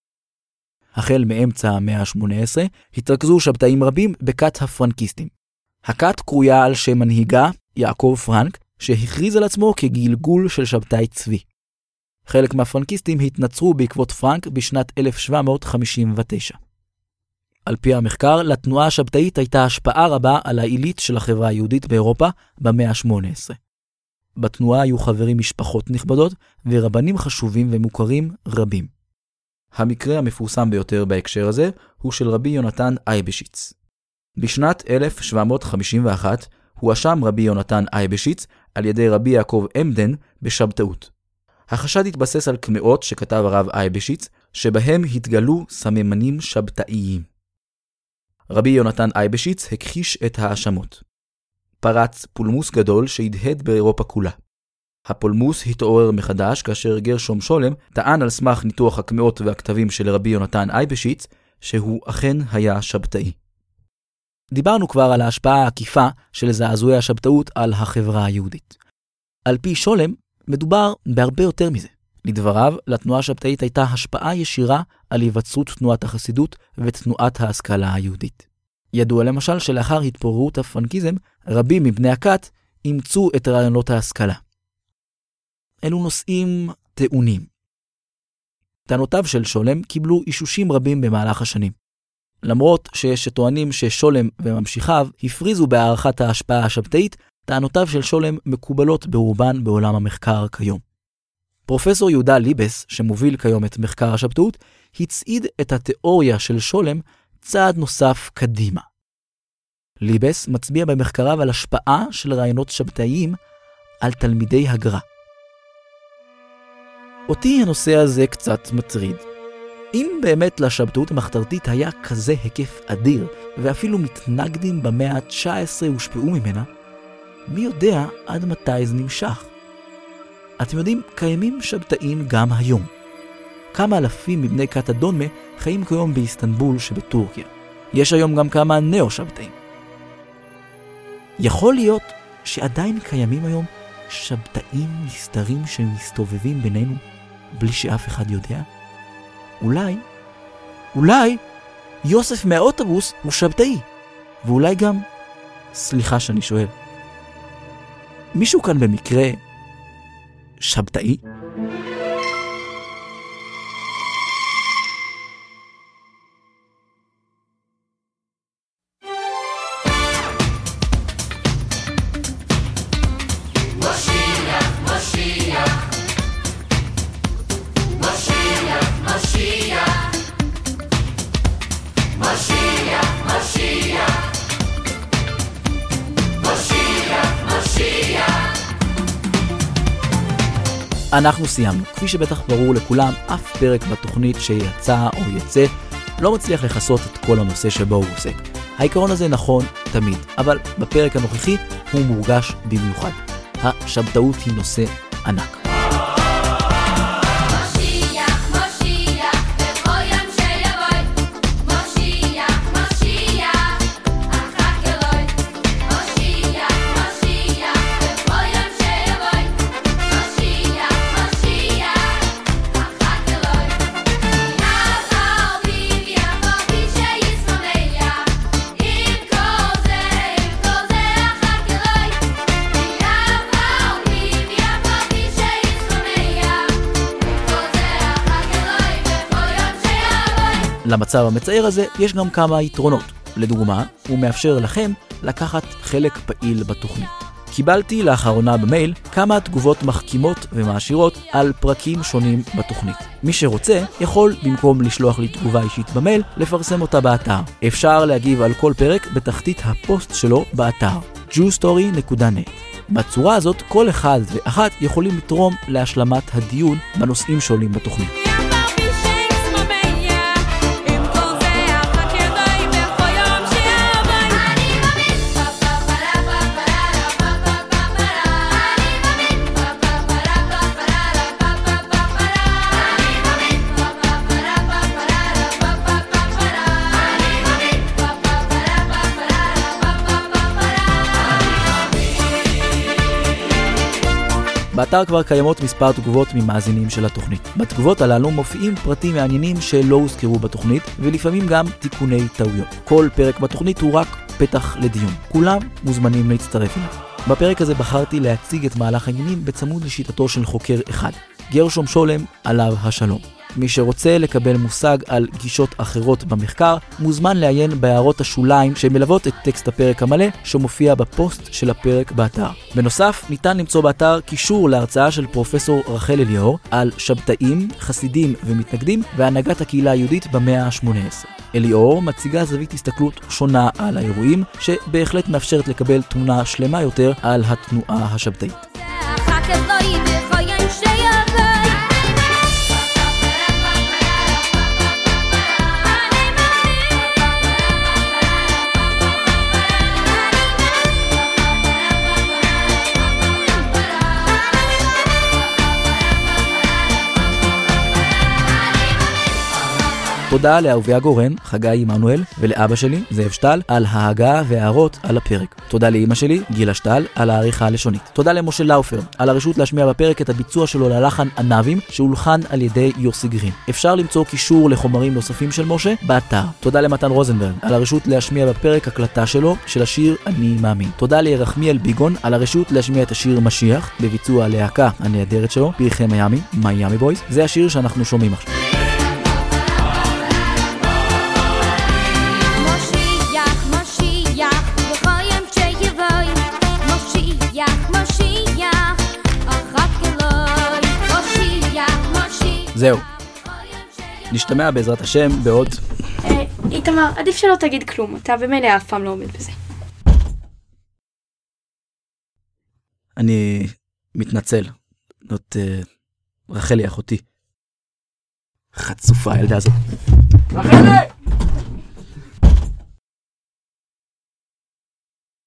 החל מאמצע המאה ה-שמונה עשרה התרכזו שבתאים רבים בכת הפרנקיסטים. הכת קרויה על שם מנהיגה יעקב פרנק, שהכריז על עצמו כגלגול של שבתאי צבי. חלק מהפרנקיסטים התנצרו בעקבות פרנק בשנת אלף שבע מאות חמישים ותשע. על פי המחקר, לתנועה השבתאית הייתה השפעה רבה על העילית של החברה היהודית באירופה במאה ה-שמונה עשרה. בתנועה היו חברים משפחות נכבדות ורבנים חשובים ומוכרים רבים. המקרה המפורסם ביותר בהקשר הזה הוא של רבי יונתן אייבשיץ. בשנת אלף שבע מאות חמישים ואחת הואשם רבי יונתן אייבשיץ על ידי רבי יעקב עמדן בשבתאות. החשד התבסס על קמאות שכתב הרב אייבשיץ, שבהם התגלו סממנים שבתאיים. רבי יונתן אייבשיץ הכחיש את האשמות. פרץ פולמוס גדול שהדהד באירופה כולה. הפולמוס התעורר מחדש כאשר גרשום שולם טען על סמך ניתוח הקמאות והכתבים של רבי יונתן אייבשיץ שהוא אכן היה שבתאי. דיברנו כבר על ההשפעה העקיפה של זעזועי השבתאות על החברה היהודית. על פי שולם מדובר בהרבה יותר מזה. לדבריו, לתנועה השבתאית הייתה השפעה ישירה על היווצרות תנועת החסידות ותנועת ההשכלה היהודית. ידוע למשל שלאחר התפוררות הפרנקיזם, רבים מבני הכת אימצו את רעיונות ההשכלה. אלו נושאים טעונים. טענותיו של שולם קיבלו אישושים רבים במהלך השנים. למרות שיש שטוענים ששולם וממשיכיו הפריזו בהערכת ההשפעה השבתאית, טענותיו של שולם מקובלות ברובן בעולם המחקר כיום. פרופסור יהודה ליבס, שמוביל כיום את מחקר השבתאות, הצעיד את התיאוריה של שולם צעד נוסף קדימה. ליבס מצביע במחקריו על השפעה של רעיונות שבתאיים על תלמידי הגר"א. אותי הנושא הזה קצת מטריד. אם באמת לשבתאות המחתרתית היה כזה היקף אדיר, ואפילו מתנגדים במאה ה-תשע עשרה הושפעו ממנה, מי יודע עד מתי זה נמשך? אתם יודעים, קיימים שבתאים גם היום. כמה אלפים מבני כת אדונמה חיים כיום באיסטנבול שבטורקיה. יש היום גם כמה נאו-שבתאים. יכול להיות שעדיין קיימים היום שבתאים נסתרים שמסתובבים בינינו בלי שאף אחד יודע? אולי, אולי יוסף מהאוטובוס הוא שבתאי, ואולי גם, סליחה שאני שואל, מישהו כאן במקרה שבתאי? משיח, משיח, משיח אנחנו סיימנו. כפי שבטח ברור לכולם, אף פרק בתוכנית שיצא או יצא לא מצליח לחסות את כל הנושא שבו הוא עוסק. העיקרון הזה נכון תמיד, אבל בפרק הנוכחי הוא מורגש במיוחד. השבתאות היא נושא ענק. למצב המצער הזה יש גם כמה יתרונות. לדוגמה, הוא מאפשר לכם לקחת חלק פעיל בתוכנית. קיבלתי לאחרונה במייל כמה תגובות מחכימות ומעשירות על פרקים שונים בתוכנית. מי שרוצה יכול במקום לשלוח לי תגובה אישית במייל, לפרסם אותה באתר. אפשר להגיב על כל פרק בתחתית הפוסט שלו באתר ג'ו סטורי נקודה נט. בצורה הזאת כל אחד ואחת יכולים לתרום להשלמת הדיון בנושאים שעולים בתוכנית. באתר כבר קיימות מספר תגובות ממאזינים של התוכנית. בתגובות הללו מופיעים פרטים מעניינים שלא הוזכרו בתוכנית, ולפעמים גם תיקוני טעויות. כל פרק בתוכנית הוא רק פתח לדיון. כולם מוזמנים להצטרף אליו. בפרק הזה בחרתי להציג את מהלך העניינים בצמוד לשיטתו של חוקר אחד, גרשום שולם עליו השלום. מי שרוצה לקבל מושג על גישות אחרות במחקר, מוזמן לעיין בהערות השוליים שמלוות את טקסט הפרק המלא שמופיע בפוסט של הפרק באתר. בנוסף, ניתן למצוא באתר קישור להרצאה של פרופסור רחל אליאור על שבתאים, חסידים ומתנגדים והנהגת הקהילה היהודית במאה ה-שמונה עשרה. אליאור מציגה זווית הסתכלות שונה על האירועים, שבהחלט מאפשרת לקבל תמונה שלמה יותר על התנועה השבתאית. תודה לאהוביה גורן, חגי עמנואל, ולאבא שלי, זאב שטל, על ההגעה והערות על הפרק. תודה לאמא שלי, גילה שטל, על העריכה הלשונית. תודה למשה לאופר, על הרשות להשמיע בפרק את הביצוע שלו ללחן ענבים, שהולחן על ידי יוסי גרין. אפשר למצוא קישור לחומרים נוספים של משה באתר. תודה למתן רוזנברג, על הרשות להשמיע בפרק הקלטה שלו, של השיר אני מאמין. תודה לירחמיאל ביגון, על הרשות להשמיע את השיר משיח, בביצוע הלהקה הנהדרת שלו, פרחי מיאמי, מיאמי בויז. זה השיר שאנחנו שומעים עכשיו. זהו. נשתמע בעזרת השם בעוד... איתמר, עדיף שלא תגיד כלום, אתה במילא אף פעם לא עומד בזה. אני מתנצל. זאת רחלי אחותי. חצופה הילדה הזאת. רחלי!